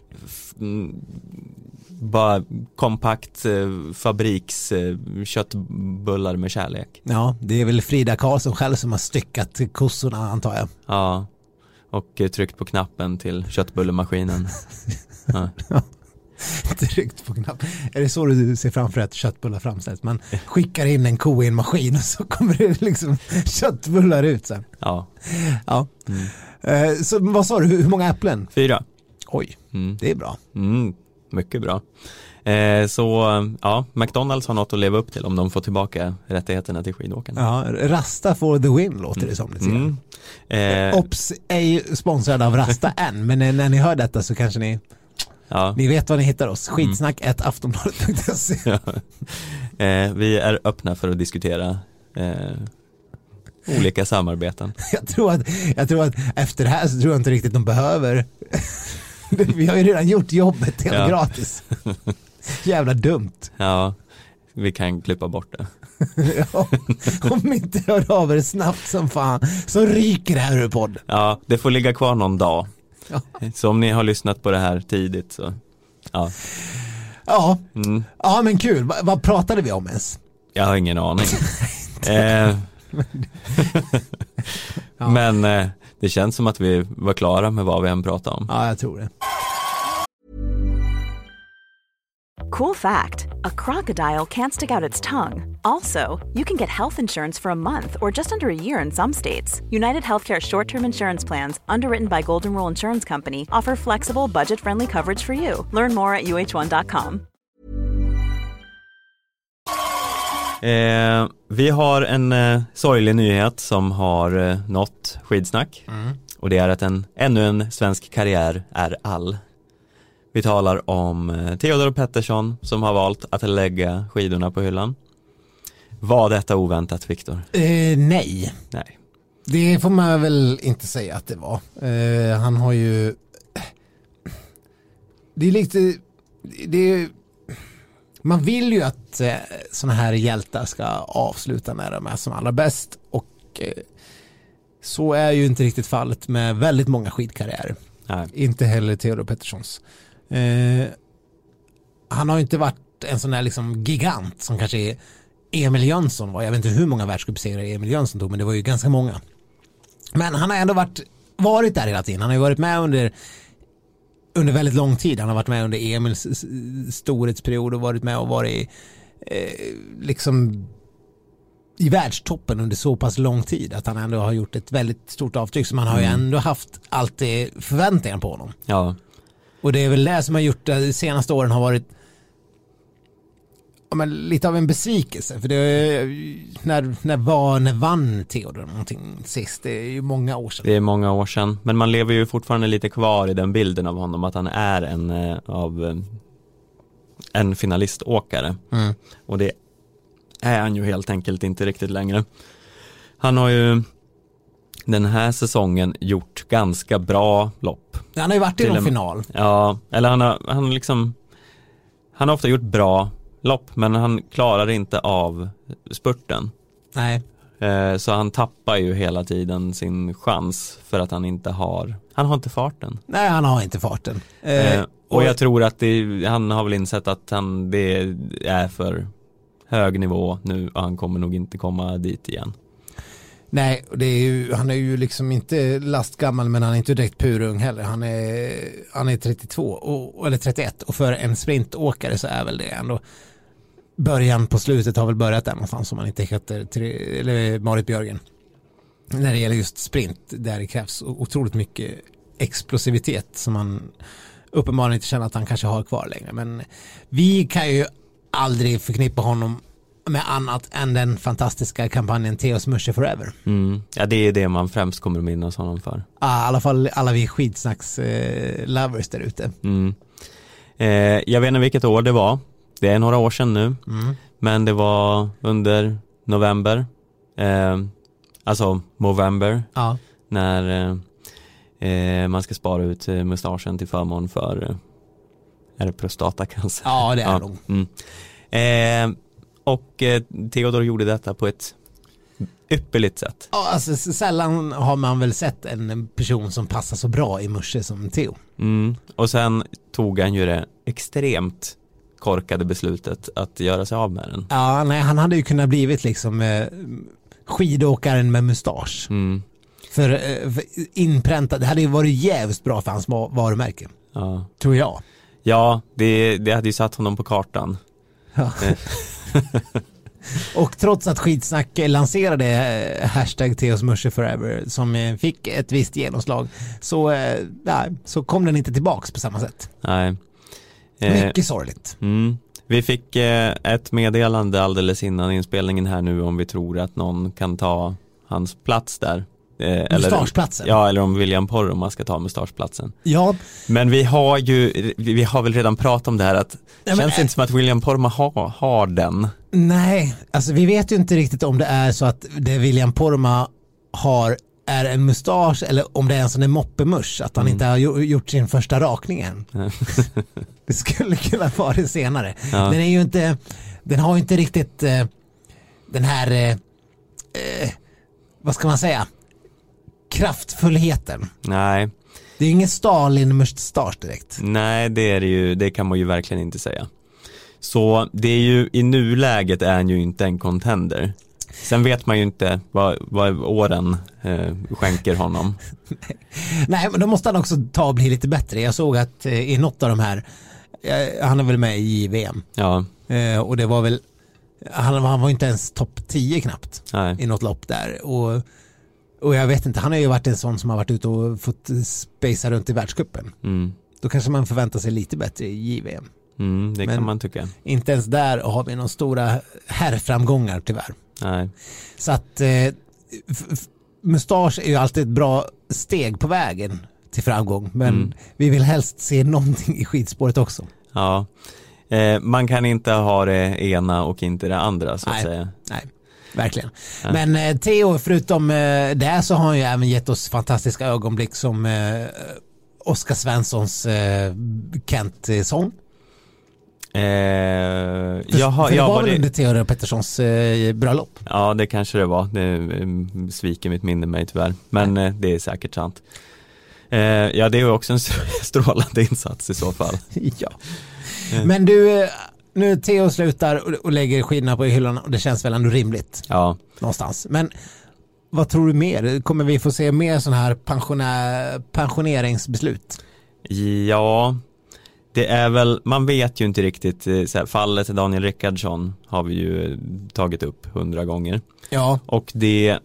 bara kompakt fabriks köttbullar med kärlek. Ja, det är väl Frida Karlsson själv som har styckat kossorna, antar jag. Ja, och tryckt på knappen till köttbullemaskinen. Ja. Tryckt på knappen. Är det så du ser framför att köttbullar framställs? Man skickar in en ko i en maskin och så kommer det liksom köttbullar ut sen. Ja. Ja. Så vad sa du, hur många äpplen? 4. Oj, det är bra. Mycket bra. Så ja, McDonalds har något att leva upp till om de får tillbaka rättigheterna till skidåkarna. Ja, Rasta for the win låter det som. Ops är ju sponsrad av Rasta än, men när ni hör detta så kanske ni vet vad ni hittar oss. Skitsnack@aftonbladet.se. Ja. Vi är öppna för att diskutera olika samarbeten. Jag tror att efter det här så tror jag inte riktigt de behöver. Vi har ju redan gjort jobbet helt gratis. Jävla dumt. Ja, vi kan klippa bort det. Ja, om inte hör av er snabbt som fan så ryker det här ur podden. Ja, det får ligga kvar någon dag. Ja. Så om ni har lyssnat på det här tidigt så Ja, men kul. Vad pratade vi om ens? Jag har ingen aning. Men det känns som att vi var klara med vad vi än pratade om. Ja, jag tror det. Cool fact, a crocodile can't stick out its tongue. Also, you can get health insurance for a month or just under a year in some states. United Healthcare short-term insurance plans, underwritten by Golden Rule Insurance Company, offer flexible, budget-friendly coverage for you. Learn more at uh1.com. Vi har en sorglig nyhet som har nått Skidsnack. Och det är att ännu en svensk karriär är all. Vi talar om Theodor Pettersson som har valt att lägga skidorna på hyllan. Var detta oväntat, Viktor? Nej. Det får man väl inte säga att det var. Han har ju... Det är lite... Man vill ju att såna här hjältar ska avsluta när de är som allra bäst. Och så är ju inte riktigt fallet med väldigt många skidkarriärer. Nej. Inte heller Theodor Petterssons. Han har ju inte varit en sån här liksom gigant som kanske Emil Jönsson var. Jag vet inte hur många världscupsegrar Emil Jönsson tog, men det var ju ganska många. Men han har ändå varit där hela tiden. Han har ju varit med under väldigt lång tid. Han har varit med under Emils storhetsperiod och varit med och varit liksom i världstoppen under så pass lång tid att han ändå har gjort ett väldigt stort avtryck, så man har ju ändå haft alltid förväntningar på honom. Ja. Och det är väl det som har gjort att de senaste åren har varit lite av en besvikelse, för det när vann Theodor någonting sist? Det är ju många år sedan. Det är många år sedan, men man lever ju fortfarande lite kvar i den bilden av honom, att han är en finaliståkare. Och det är han ju helt enkelt inte riktigt längre. Han har ju den här säsongen gjort ganska bra lopp. Han har ju varit i någon final. Ja, eller han har ofta gjort bra lopp, men han klarar inte av spurten. Nej. Så han tappar ju hela tiden sin chans för att han har inte farten. Nej, han har inte farten. Och jag tror att han har väl insett att det är för hög nivå nu och han kommer nog inte komma dit igen. Nej, han är ju liksom inte lastgammal, men han är inte direkt purung heller. Han är 32 eller 31, och för en sprintåkare så är väl det ändå början på slutet har väl börjat där någonstans, som man inte heter eller Marit Björgen. När det gäller just sprint, där det krävs otroligt mycket explosivitet som man uppenbarligen inte känner att han kanske har kvar längre. Men vi kan ju aldrig förknippa honom med annat än den fantastiska kampanjen Theos Musche Forever. Ja, det är det man främst kommer att minnas honom för. I alla fall alla vi skidsnacks lovers där ute. Jag vet inte vilket år det var. Det är några år sedan nu. Men det var under november. Alltså Movember. Ja. När man ska spara ut mustaschen till förmån för är det prostatacancer? Ja, det är nog. Och Theodor gjorde detta på ett ypperligt sätt. Ja, alltså sällan har man väl sett en person som passar så bra i musche som Theo. Och sen tog han ju det extremt korkade beslutet att göra sig av med den. Ja, nej, han hade ju kunnat blivit liksom skidåkaren med mustasch. För inpräntat, det hade ju varit jävligt bra för hans varumärke. Ja. Tror jag. Ja, det hade ju satt honom på kartan. Ja. Och trots att Skidsnack lanserade hashtag Theos Musche Forever som fick ett visst genomslag, så kom den inte tillbaks på samma sätt. Nej. Mycket sorgligt. Vi fick ett meddelande alldeles innan inspelningen här nu om vi tror att någon kan ta hans plats där. Mustageplatsen. Ja, eller om William Poromaa ska ta mustageplatsen. Ja. Men vi har väl redan pratat om det här att det känns inte som att William Poromaa har den. Nej, alltså vi vet ju inte riktigt om det är så att det William Poromaa har är en mustasch eller om det är en sån där moppemusch, att han inte har gjort sin första rakning än. Det skulle kunna vara det senare. Ja. Den har ju inte riktigt den här vad ska man säga, kraftfullheten. Nej. Det är ingen Stalin-mustasch direkt. Nej, det är det ju, det kan man ju verkligen inte säga. Så det är ju, i nuläget är han ju inte en contender. Sen vet man ju inte vad åren skänker honom. Nej, men då måste han också ta och bli lite bättre. Jag såg att i något av de här, han är väl med i VM. Ja. Och det var väl, han var inte ens topp 10 knappt. Nej. I något lopp där. Och jag vet inte, han har ju varit en sån som har varit ute och fått spacea runt i världscupen. Då kanske man förväntar sig lite bättre i JVM. Det kan man tycka. Inte ens där har vi några stora herrframgångar tyvärr. Nej. Så att mustasch är ju alltid ett bra steg på vägen till framgång. Men vi vill helst se någonting i skidspåret också. Ja, man kan inte ha det ena och inte det andra så att säga. Nej, verkligen. Ja. Men Theo, förutom det så har han ju även gett oss fantastiska ögonblick som Oskar Svenssons Kent-sång. Det var väl under Theodor Petterssons bröllop? Ja, det kanske det var. Det sviker mitt minne mig tyvärr. Men det är säkert sant. Ja, det är ju också en strålande insats i så fall. Ja. Men du, nu Theo slutar och lägger skidorna på hyllan och det känns väl ändå rimligt. Ja. Någonstans. Men vad tror du mer? Kommer vi få se mer sån här pensioneringsbeslut? Ja, Det är väl, man vet ju inte riktigt, så här, fallet Daniel Rickardsson har vi ju tagit upp 100 gånger. Ja. Och det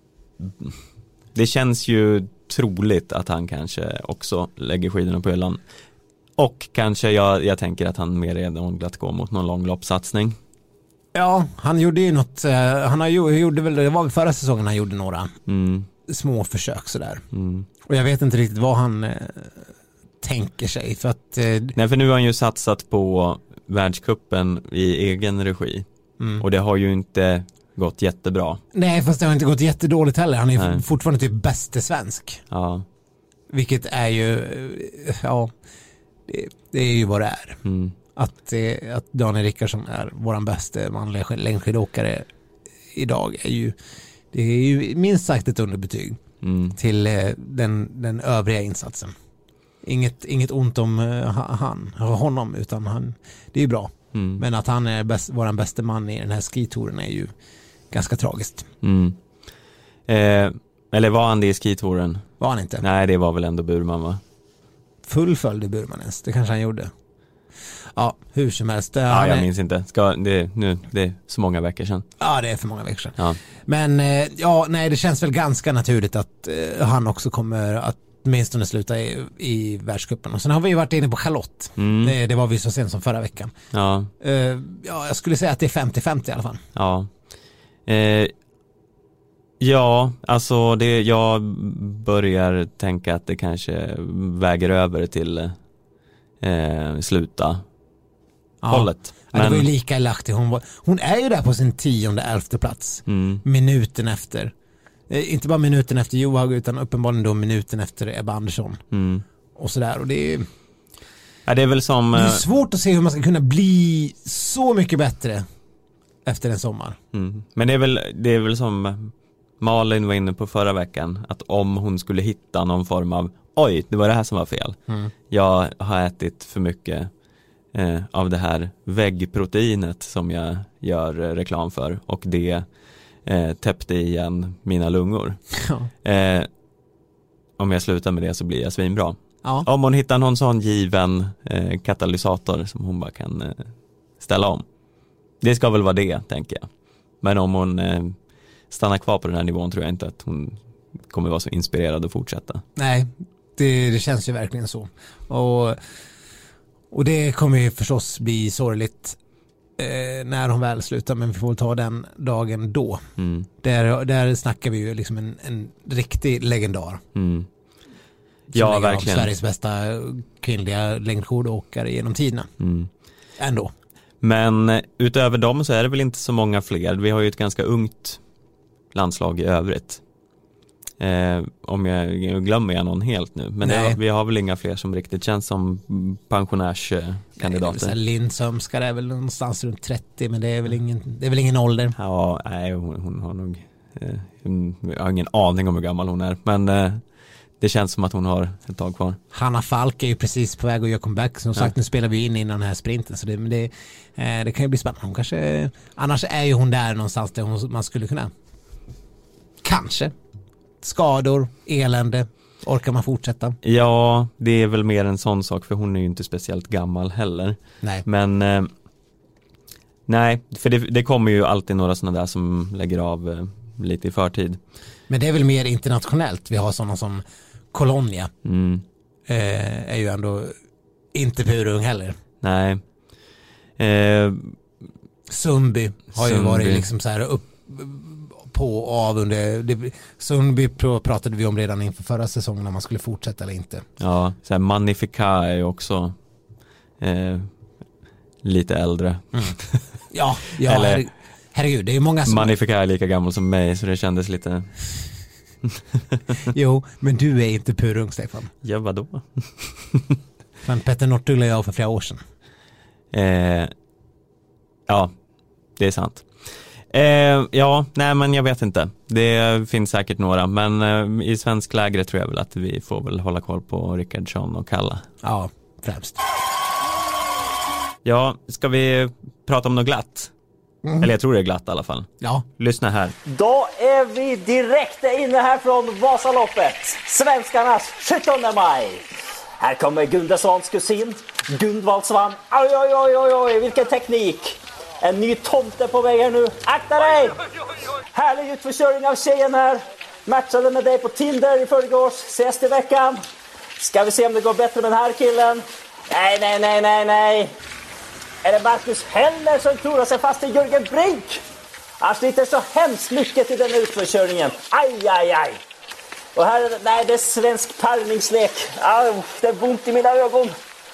känns ju troligt att han kanske också lägger skidorna på hyllan. Och kanske jag tänker att han mer redan att gå mot någon långloppssatsning. Ja, han gjorde ju något, gjorde väl, det var väl förra säsongen han gjorde några små försök sådär. Och jag vet inte riktigt vad han tänker sig för att... Nej, för nu har han ju satsat på världscupen i egen regi. Och det har ju inte gått jättebra. Nej, fast det har inte gått jättedåligt heller. Han är fortfarande typ bäste svensk. Ja. Vilket är ju, ja, det är ju vad det är. Att Daniel Rickardsson är våran bästa manliga längdskidåkare idag det är ju minst sagt ett underbetyg till den övriga insatsen. Inget ont om honom, utan det är ju bra. Men att han är våran bästa man i den här skitouren är ju ganska tragiskt. Eller var han det i skitouren? Var han inte? Nej, det var väl ändå Burman, va? Fullföljde Burman ens, det kanske han gjorde. Ja, hur som helst. Jag minns inte. Det är så många veckor sedan. Ja, det är för många veckor sedan. Ja. Men det känns väl ganska naturligt att han också kommer att åtminstone sluta i världscupen. Och sen har vi ju varit inne på Charlotte. Det var vi så sent som förra veckan. Ja. Jag skulle säga att det är 50-50 i alla fall. Ja. Ja, alltså jag börjar tänka att det kanske väger över till sluta hållet. Men... Ja, det var ju lika elaktigt. Hon är ju där på sin 10:e plats. Minuten efter. Inte bara minuten efter Johaug, utan uppenbarligen då minuten efter Ebba Andersson. Och sådär. Och det är... Ja, det är väl som... Det är svårt att se hur man ska kunna bli så mycket bättre efter en sommar. Men det är väl som Malin var inne på förra veckan, att om hon skulle hitta någon form av oj, det var det här som var fel. Jag har ätit för mycket av det här väggproteinet som jag gör reklam för, och det täppte igen mina lungor. Om jag slutar med det så blir jag svinbra. Ja. Om hon hittar någon sån given katalysator som hon bara kan ställa om. Det ska väl vara det, tänker jag. Men om hon stannar kvar på den här nivån tror jag inte att hon kommer vara så inspirerad att fortsätta. Nej, det känns ju verkligen så. Och det kommer ju förstås bli sorgligt när hon väl slutar, men vi får ta den dagen då. Där snackar vi ju liksom en riktig legendar. Ja, verkligen. Sveriges bästa kvinnliga längdskidåkare genom tiderna. Ändå. Men utöver dem så är det väl inte så många fler. Vi har ju ett ganska ungt landslag i övrigt. Om jag glömmer någon helt nu. Men vi har väl inga fler som riktigt känns som pensionärskandidater. Lindsömskar är väl någonstans runt 30, men det är väl ingen ålder. Ja, nej, hon har nog... jag har ingen aning om hur gammal hon är, men det känns som att hon har ett tag kvar. Hanna Falk är ju precis på väg att göra comeback. Som sagt, nu spelar vi in innan den här sprinten, så det kan ju bli spännande. Hon kanske, annars är ju hon där någonstans där man skulle kunna. Kanske. Skador, elände. Orkar man fortsätta? Ja, det är väl mer en sån sak, för hon är ju inte speciellt gammal heller. Nej. Men nej, för det kommer ju alltid några sådana där som lägger av lite i förtid. Men det är väl mer internationellt. Vi har sådana som Colonia. Är ju ändå inte purung heller. Nej. Sundby har ju varit liksom så här upp på och av under Sundby pratade vi om redan inför förra säsongen om man skulle fortsätta eller inte. Ja, så här Magnifica är ju också lite äldre. Ja, eller, herregud, det är ju många som... Magnifica är lika gammal som mig, så det kändes lite... Jo, men du är inte purung, Stefan. Ja, vadå? Men Petter Nortull är jag för flera år sedan. Ja, det är sant. Ja, nej, men jag vet inte. Det finns säkert några, men i svensk lägre tror jag väl att vi får väl hålla koll på Rickardsson och Kalla. Ja, främst. Ja, ska vi prata om något glatt? Eller jag tror det är glatt i alla fall. Ja. Lyssna här. Då är vi direkt inne här från Vasaloppet. Svenskarnas 17 maj. Här kommer Gundersons kusin, Gundvaldsvan. Oj, oj, oj, oj, oj, vilken teknik. En ny tomte på väg här nu. Akta dig! Härlig utförsörjning av tjejen här. Matchade med dig på Tinder i förrgårs. Ses till veckan. Ska vi se om det går bättre med den här killen. Nej. Är det Marcus Heller som klorar sig fast i Jörgen Brink? Han sliter så hemskt mycket i den utförsörjningen. Aj. Och här, nej, det är svensk parningslek. Det är ont i mina ögon.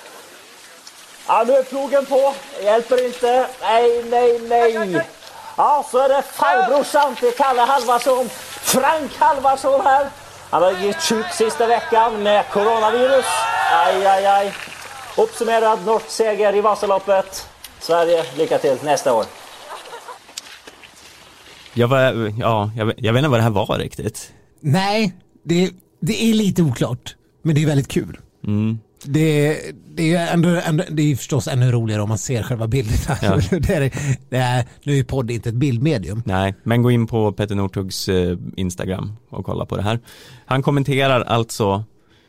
Nu är plogen på. Hjälper inte. Nej. Ja, så är det farbrorsan till Kalle Halvarsson. Frank Halvarsson här. Han har gett sjuk sista veckan med coronavirus. Aj. Uppsummerad norsk seger i Vasaloppet. Sverige, lycka till nästa år. Jag vet inte vad det här var riktigt. Nej, det är lite oklart. Men det är väldigt kul. Det är förstås ännu roligare om man ser själva bilderna. Ja. Nu är ju podd inte ett bildmedium. Nej, men gå in på Petter Northugs Instagram och kolla på det här. Han kommenterar alltså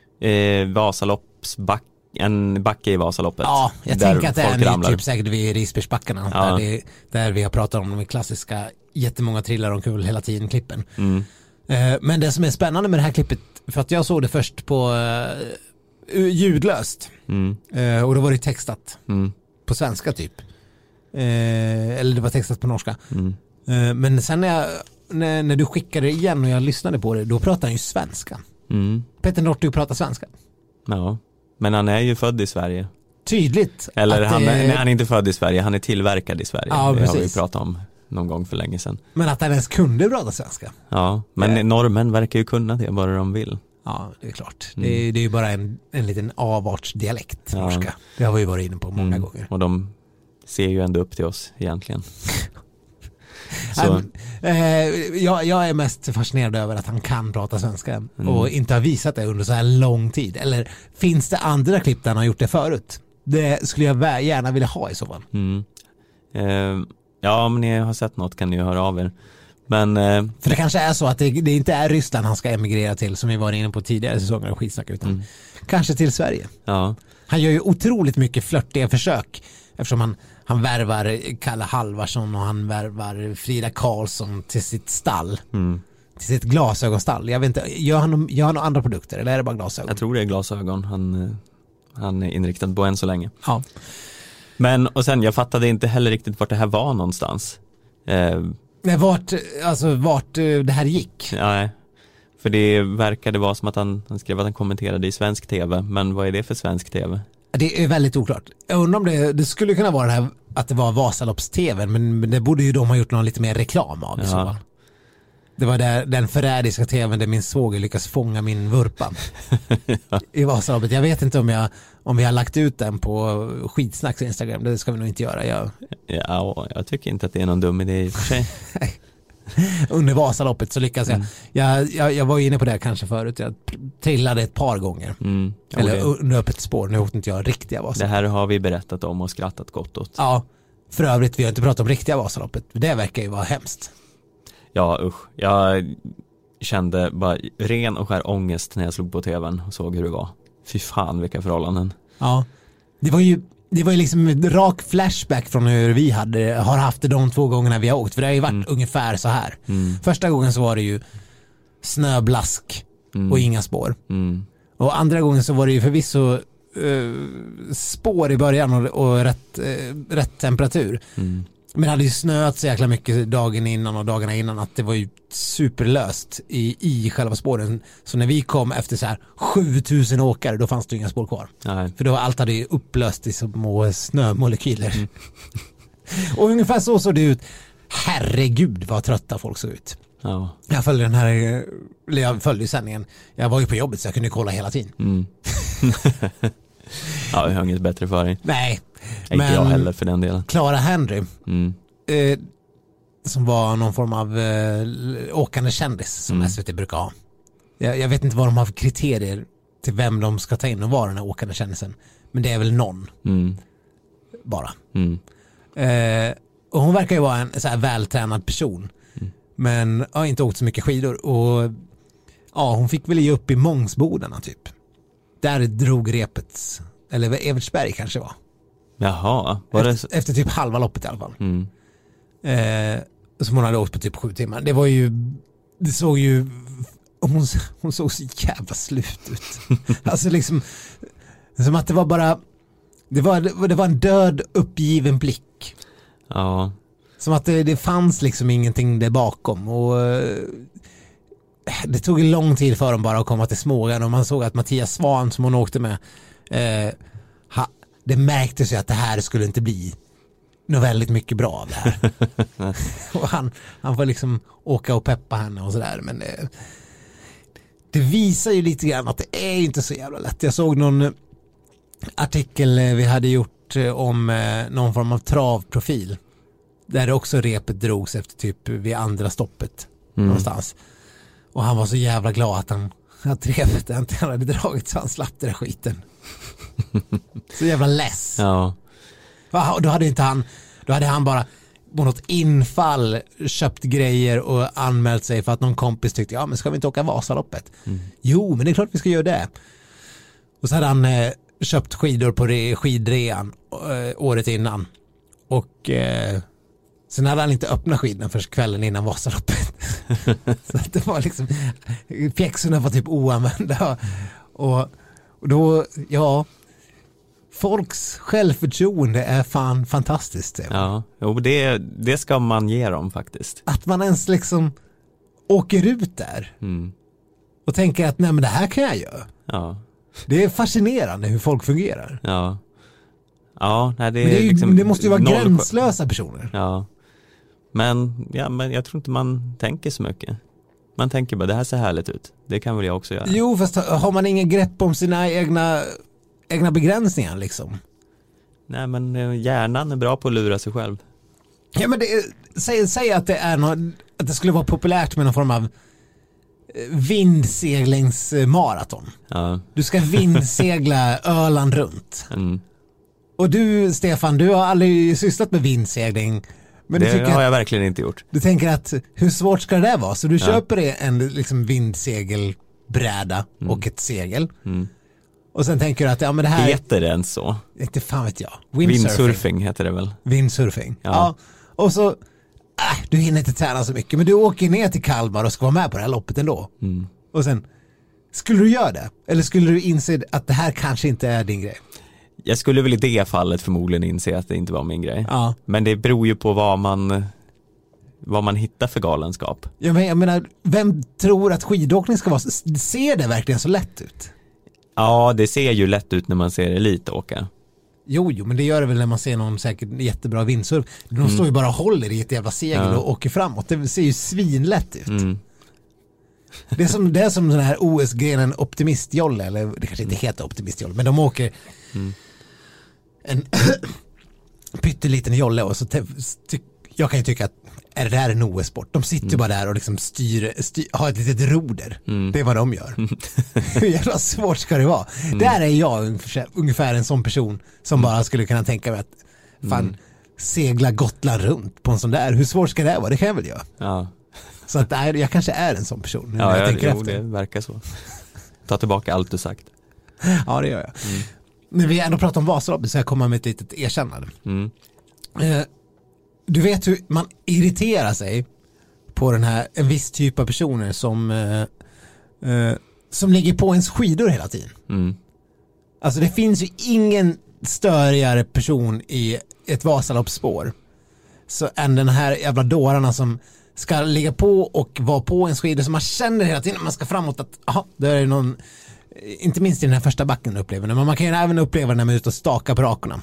en backe i Vasaloppet. Ja, jag tänker att det är en typ säkert vid Risbergsbackarna. Ja. Där vi har pratat om de klassiska jättemånga trillar och kul hela tiden klippen. Men det som är spännande med det här klippet, för att jag såg det först på ljudlöst. Och då var det textat på svenska typ. Eller det var textat på norska. Men sen när du skickade det igen och jag lyssnade på det, då pratade han ju svenska. Petter Northug pratar svenska. Ja, men han är ju född i Sverige. Tydligt. Eller han är inte född i Sverige, han är tillverkad i Sverige. Ja, det har vi pratat om någon gång för länge sedan. Men att han ens kunde prata svenska. Ja, men norrmän verkar ju kunna det bara de vill. Ja, det är klart. Det är ju bara en liten avartsdialekt norska. Det har vi varit inne på många gånger. Och de ser ju ändå upp till oss egentligen. Så. Jag är mest fascinerad över att han kan prata svenska och inte har visat det under så här lång tid. Eller finns det andra klipp där han har gjort det förut? Det skulle jag gärna vilja ha i så fall. Ja, om ni har sett något kan ni ju höra av er. Men, för det kanske är så att det inte är Ryssland han ska emigrera till, som vi var inne på tidigare säsonger och skitsnack, utan kanske till Sverige. Ja. Han gör ju otroligt mycket flörtiga försök eftersom han värvar Kalle Halvarsson och han värvar Frida Karlsson till sitt stall. Till sitt glasögonstall. Jag vet inte, gör han andra produkter eller är det bara glasögon? Jag tror det är glasögon han är inriktad på än så länge. Ja. Men och sen jag fattade inte heller riktigt vart det här var någonstans. Vart det här gick. Nej. För det verkade vara som att han skrev att han kommenterade i svensk tv. Men vad är det för svensk tv? Det är väldigt oklart. Jag undrar om det skulle kunna vara det här att det var Vasalopps-tv, men det borde ju de ha gjort någon lite mer reklam av i så fall. Det var den förrädiska tvn där min svåger lyckas fånga min vurpa i Vasaloppet. Jag vet inte om vi har lagt ut den på Skitsnacks Instagram. Det ska vi nog inte göra. Jag tycker inte att det är någon dum idé i och för sig. Under Vasaloppet så lyckas jag var inne på det kanske förut. Jag trillade ett par gånger. Eller under öppet spår. Nu åkte inte jag riktiga Vasaloppet. Det här har vi berättat om och skrattat gott åt. Ja, för övrigt vi har inte pratat om riktiga Vasaloppet. Det verkar ju vara hemskt. Ja, usch. Jag kände bara ren och skär ångest när jag slog på tvn och såg hur det var. Fy fan, vilka förhållanden. Ja, det var ju liksom en rak flashback från hur vi har haft det de 2 gångerna vi har åkt. För det har ju varit ungefär så här. Första gången så var det ju snöblask och inga spår. Och andra gången så var det ju förvisso spår i början och rätt temperatur. Men det hade ju snöat så jäkla mycket dagen innan och dagarna innan att det var ju superlöst i själva spåren. Så när vi kom efter så här 7000 åkare, då fanns det inga spår kvar. Nej. För då allt hade ju upplöst i små snömolekyler. Och ungefär så såg det ut. Herregud vad trötta folk såg ut. Ja. Jag följde sändningen. Jag var ju på jobbet så jag kunde kolla hela tiden. Ja, jag har inget bättre för dig. Nej. Inte jag heller för den delen. Clara Henry som var någon form av åkande kändis som SVT brukar ha. Jag vet inte vad de har för kriterier till vem de ska ta in och vara den här åkande kändisen. Men det är väl någon. Bara. Och hon verkar ju vara en så här vältränad person. Men har inte åkt så mycket skidor. Och ja, hon fick väl ge upp i Mångsbodarna typ. där drog repet, eller Evertsberg kanske var. Jaha. Efter typ halva loppet i alla fall. Som hon hade åkt på typ 7 timmar. Det såg ju hon såg så jävla slut ut. Alltså liksom som att det var bara det var en död uppgiven blick. Ja. Som att det fanns liksom ingenting där bakom, och det tog en lång tid för dem bara att komma till Smågan, och man såg att Mattias Svan som hon åkte med det märktes ju att det här skulle inte bli något väldigt mycket bra av det här. Och han får liksom åka och peppa henne och sådär, men det visar ju lite grann att det är inte så jävla lätt. Jag såg någon artikel vi hade gjort om någon form av travprofil där också repet drogs efter typ vid andra stoppet någonstans. Och han var så jävla glad att repet inte hade dragit, så han slapp den skiten. Så jävla less. Ja. Då hade han bara på något infall köpt grejer och anmält sig för att någon kompis tyckte, ja men ska vi inte åka Vasaloppet? Jo, men det är klart vi ska göra det. Och så hade han köpt skidor på skidrean året innan. Och sen hade han inte öppnat skidorna för kvällen innan Vasaloppet. Så det var liksom, pjäxorna var typ oanvända. Och då, ja, folks självförtroende är fan fantastiskt. Ja, och det ska man ge dem faktiskt. Att man ens liksom åker ut där och tänker att nej men det här kan jag göra. Ja. Det är fascinerande hur folk fungerar. Ja. Ja, nej, men liksom det måste ju vara gränslösa personer. Ja. Men jag tror inte man tänker så mycket. Man tänker bara, det här ser härligt ut. Det kan väl jag också göra. Jo, fast har man ingen grepp om sina egna begränsningar liksom? Nej, men hjärnan är bra på att lura sig själv. Ja, men säg att det är att det skulle vara populärt med någon form av vindseglingsmaraton. Ja. Du ska vindsegla Öland runt. Och du, Stefan, du har aldrig sysslat med vindsegling. Men det har jag verkligen inte gjort. Du tänker att hur svårt ska det vara? Så du köper en liksom vindsegelbräda och ett segel. Och sen tänker du att ja, men det här heter det ens så? Inte fan vet jag. Windsurfing heter det väl? Windsurfing. Ja. Och så du hinner inte träna så mycket, men du åker ner till Kalmar och ska vara med på det här loppet ändå. Och sen skulle du göra det? Eller skulle du inse att det här kanske inte är din grej? Jag skulle väl i det fallet förmodligen inse att det inte var min grej. Ja. Men det beror ju på vad man hittar för galenskap. Ja, men jag menar, vem tror att skidåkning ska vara? Ser det verkligen så lätt ut? Ja, det ser ju lätt ut när man ser elitåka. Jo, men det gör det väl när man ser någon säkert jättebra vindsurf. De står ju bara och håller i ett jävla segel och åker framåt. Det ser ju svinlätt ut. Det är som den här OS-grenen optimistjolle, eller det kanske inte heter optimistjolle, men de åker en pytteliten jolle, och så jag kan ju tycka att är det där en OS-sport? De sitter bara där och liksom har ett litet roder. Det är vad de gör. Hur jävla svårt ska det vara? Där är jag ungefär en sån person som bara skulle kunna tänka mig att fan, segla Gotland runt på en sån där. Hur svårt ska det vara? Det kan jag väl göra. Ja. Så att jag kanske är en sån person. Ja, jag tänker efter. Det verkar så. Ta tillbaka allt du sagt. Ja, det gör jag. När vi ändå pratar om Vasaloppet så jag kommer med ett litet erkännande. Du vet hur man irriterar sig på en viss typ av personer som ligger på ens skidor hela tiden. Alltså det finns ju ingen störigare person i ett Vasaloppsspår så än den här jävla dårarna som ska ligga på och vara på ens skidor, som man känner hela tiden när man ska framåt att det är någon, inte minst i den här första backen upplever det, men man kan ju även uppleva när man är ute och stakar på rakorna.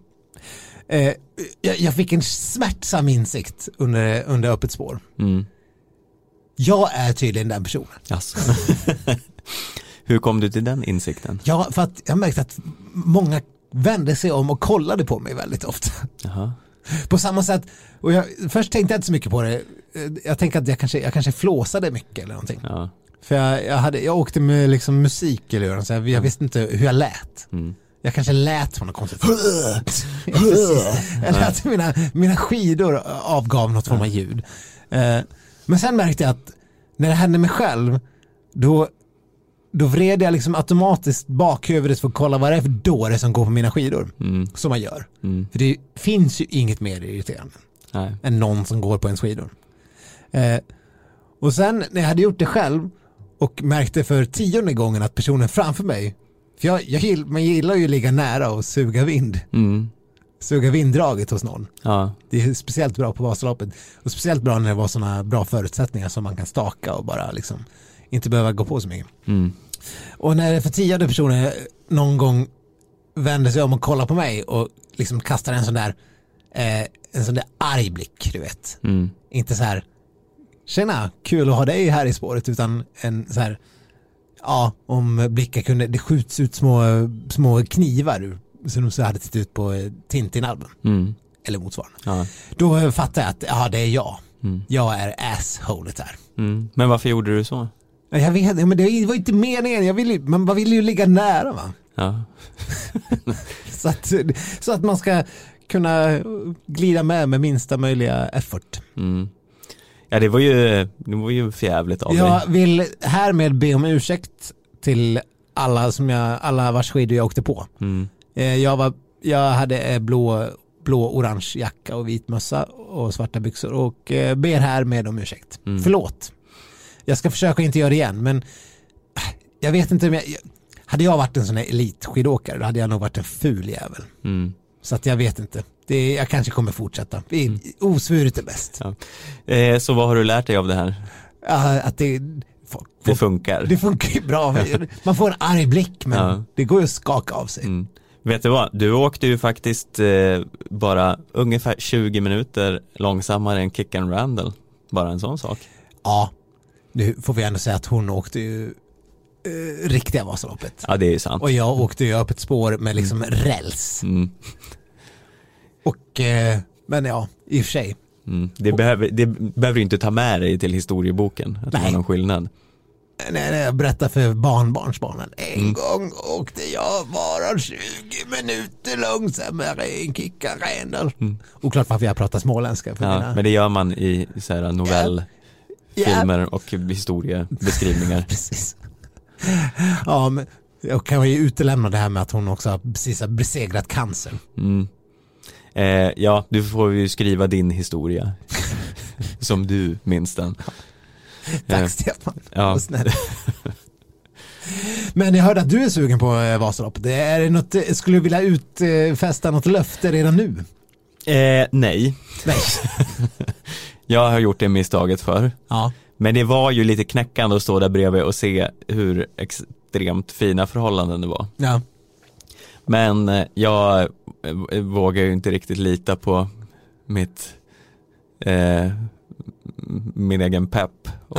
Jag fick en smärtsam insikt under öppet spår. Jag är tydligen den personen. Alltså. Hur kom du till den insikten? Ja, för att jag märkte att många vände sig om och kollade på mig väldigt ofta. Jaha. På samma sätt, och först tänkte jag inte så mycket på det. Jag tänkte att jag kanske flåsade mycket eller någonting. Ja. För jag åkte med liksom musik eller så jag visste inte hur jag lät. Jag kanske lät på något konstigt. Eller att mina skidor avgav något form av ljud. Men sen märkte jag att när det hände mig själv, då då vred jag liksom automatiskt bakhuvudet för att kolla vad det är för dåre som går på mina skidor. Som man gör. För det finns ju inget mer irriterande än någon som går på ens skidor. Och sen när jag hade gjort det själv och märkte för 10:e gången att personen framför mig, för man gillar ju att ligga nära och suga vind. Suga vinddraget hos någon. Ja. Det är speciellt bra på Vasaloppet. Och speciellt bra när det var sådana bra förutsättningar som man kan staka och bara liksom inte behöva gå på så mycket. Och när det för 10:e personen någon gång vänder sig om och kollar på mig och liksom kastar en sån där arg blick, du vet. Inte så här, tjena, kul att ha dig här i spåret, utan en så här, ja, om blickar kunde, det skjuts ut små knivar som så hade tittat ut på Tintin-alben. Eller motsvarande. Ja. Då fattar jag att det är jag. Jag är assholet här. Men varför gjorde du så? Jag vet, men det var inte meningen. Man vill ju ligga nära, va? Ja. så att man ska kunna glida med minsta möjliga effort. Ja, det var ju förjävligt av dig. Jag vill härmed be om ursäkt till alla vars skidor jag åkte på. Jag hade blå-orange jacka och vit mössa och svarta byxor och ber härmed om ursäkt. Förlåt. Jag ska försöka inte göra det igen, men jag vet inte om hade jag varit en sån här elitskidåkare, då hade jag nog varit en ful jävel. Så att jag vet inte. Jag kanske kommer fortsätta. Osvuret är bäst. Ja. Så vad har du lärt dig av det här? Att det funkar. Det funkar ju bra. Man får en arg blick, men det går ju att skaka av sig. Vet du vad? Du åkte ju faktiskt bara ungefär 20 minuter långsammare än Kickan Randall. Bara en sån sak. Ja, nu får vi ändå säga att hon åkte ju riktiga Vasaloppet. Ja, det är ju sant. Och jag åkte ju upp ett spår med liksom räls. Och, men ja, i och för sig. Det behöver inte ta med dig till historieboken att det var någon skillnad. Nej, jag berättar för barnbarnsbarnen. En gång åkte jag bara 20 minuter långsammare i en Kickan-Randall. Oklart varför jag pratar småländska. Men det gör man i så här novellfilmer och historiebeskrivningar. Precis. Ja, men jag kan ju utelämna det här med att hon också precis har besegrat cancer. Ja, du får ju skriva din historia som du minns den. Tack Stefan. Ja. Men jag hörde att du är sugen på Vasaloppet. Är det något, skulle du vilja utfästa något löfte redan nu? Nej. Jag har gjort det misstaget för. Ja. Men det var ju lite knäckande att stå där bredvid och se hur extremt fina förhållanden det var. Ja. Men jag vågar ju inte riktigt lita på min egen pepp och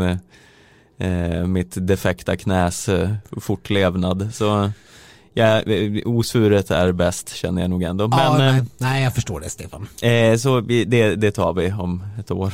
mitt defekta knäs fortlevnad. Så osvuret är bäst, känner jag nog ändå. Men, nej, jag förstår det, Stefan. Så det tar vi om ett år.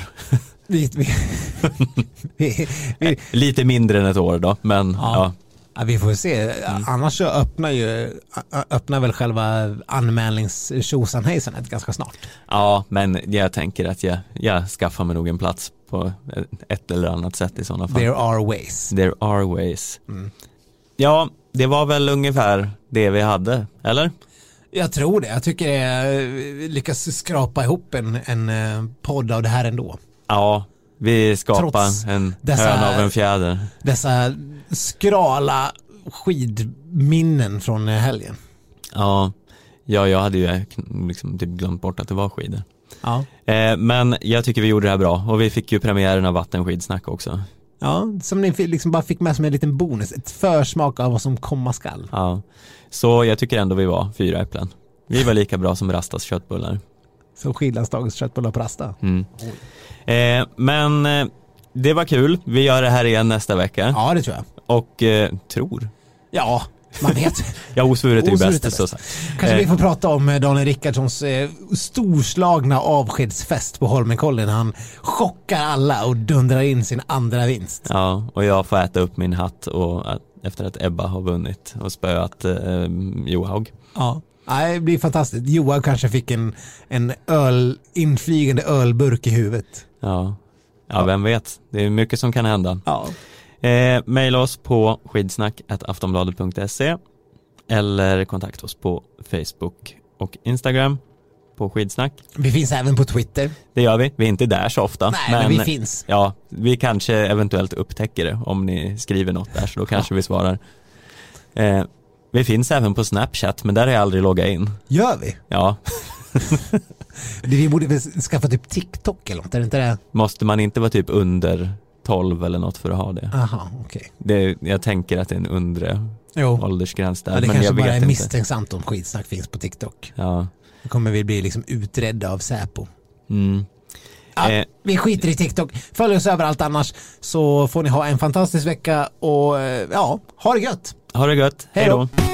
Lite mindre än ett år då, men ja. Ja, vi får se. Annars så öppnar väl själva anmälningstjosanhejsandet ganska snart. Ja, men jag tänker att jag skaffar mig nog en plats på ett eller annat sätt i sådana fall. There are ways. Ja, det var väl ungefär det vi hade, eller? Jag tror det. Jag tycker jag lyckas skrapa ihop en podd av det här ändå. Ja, vi skapar en höna av en fjäder. Dessa skrala skidminnen från helgen. Ja, jag hade ju liksom typ glömt bort att det var skidor. Ja. Men jag tycker vi gjorde det här bra. Och vi fick ju premiären av vattenskidsnack också. Ja, som ni liksom bara fick med som en liten bonus. Ett försmak av vad som komma skall. Ja, så jag tycker ändå vi var 4 äpplen. Vi var lika bra som Rastas köttbullar. Som skidlandslagets köttbullar på Rasta. Men det var kul. Vi gör det här igen nästa vecka. Ja, det tror jag. Och tror. Ja, man vet. Ja, osvuret är det bästa. Så. Kanske vi får prata om Daniel Rickardssons storslagna avskedsfest på Holmenkollen. Han chockar alla och dundrar in sin andra vinst. Ja, och jag får äta upp min hatt efter att Ebba har vunnit och spöat Johaug. Ja. Nej, det blir fantastiskt. Johaug kanske fick en inflygande ölburk i huvudet. Ja, vem vet. Det är mycket som kan hända. Ja. Maila oss på skidsnack@aftonbladet.se eller kontakta oss på Facebook och Instagram på Skidsnack. Vi finns även på Twitter. Det gör vi. Vi är inte där så ofta. Nej, men vi finns. Ja, vi kanske eventuellt upptäcker det om ni skriver något där, så då kanske vi svarar. Vi finns även på Snapchat, men där är jag aldrig loggat in. Gör vi? Ja. Vi borde väl skaffa typ TikTok eller något, är det inte det? Måste man inte vara typ under 12 eller något för att ha det? Aha, okej. Okay. Jag tänker att det är en undre åldersgräns där. Ja, det men kanske jag bara vet är inte. misstänksamt om Skidsnack finns på TikTok. Ja. Då kommer vi bli liksom utredda av Säpo. Mm. Ja, vi skiter i TikTok. Följ oss överallt annars, så får ni ha en fantastisk vecka och ha det gött. Ha det gött. Hej då.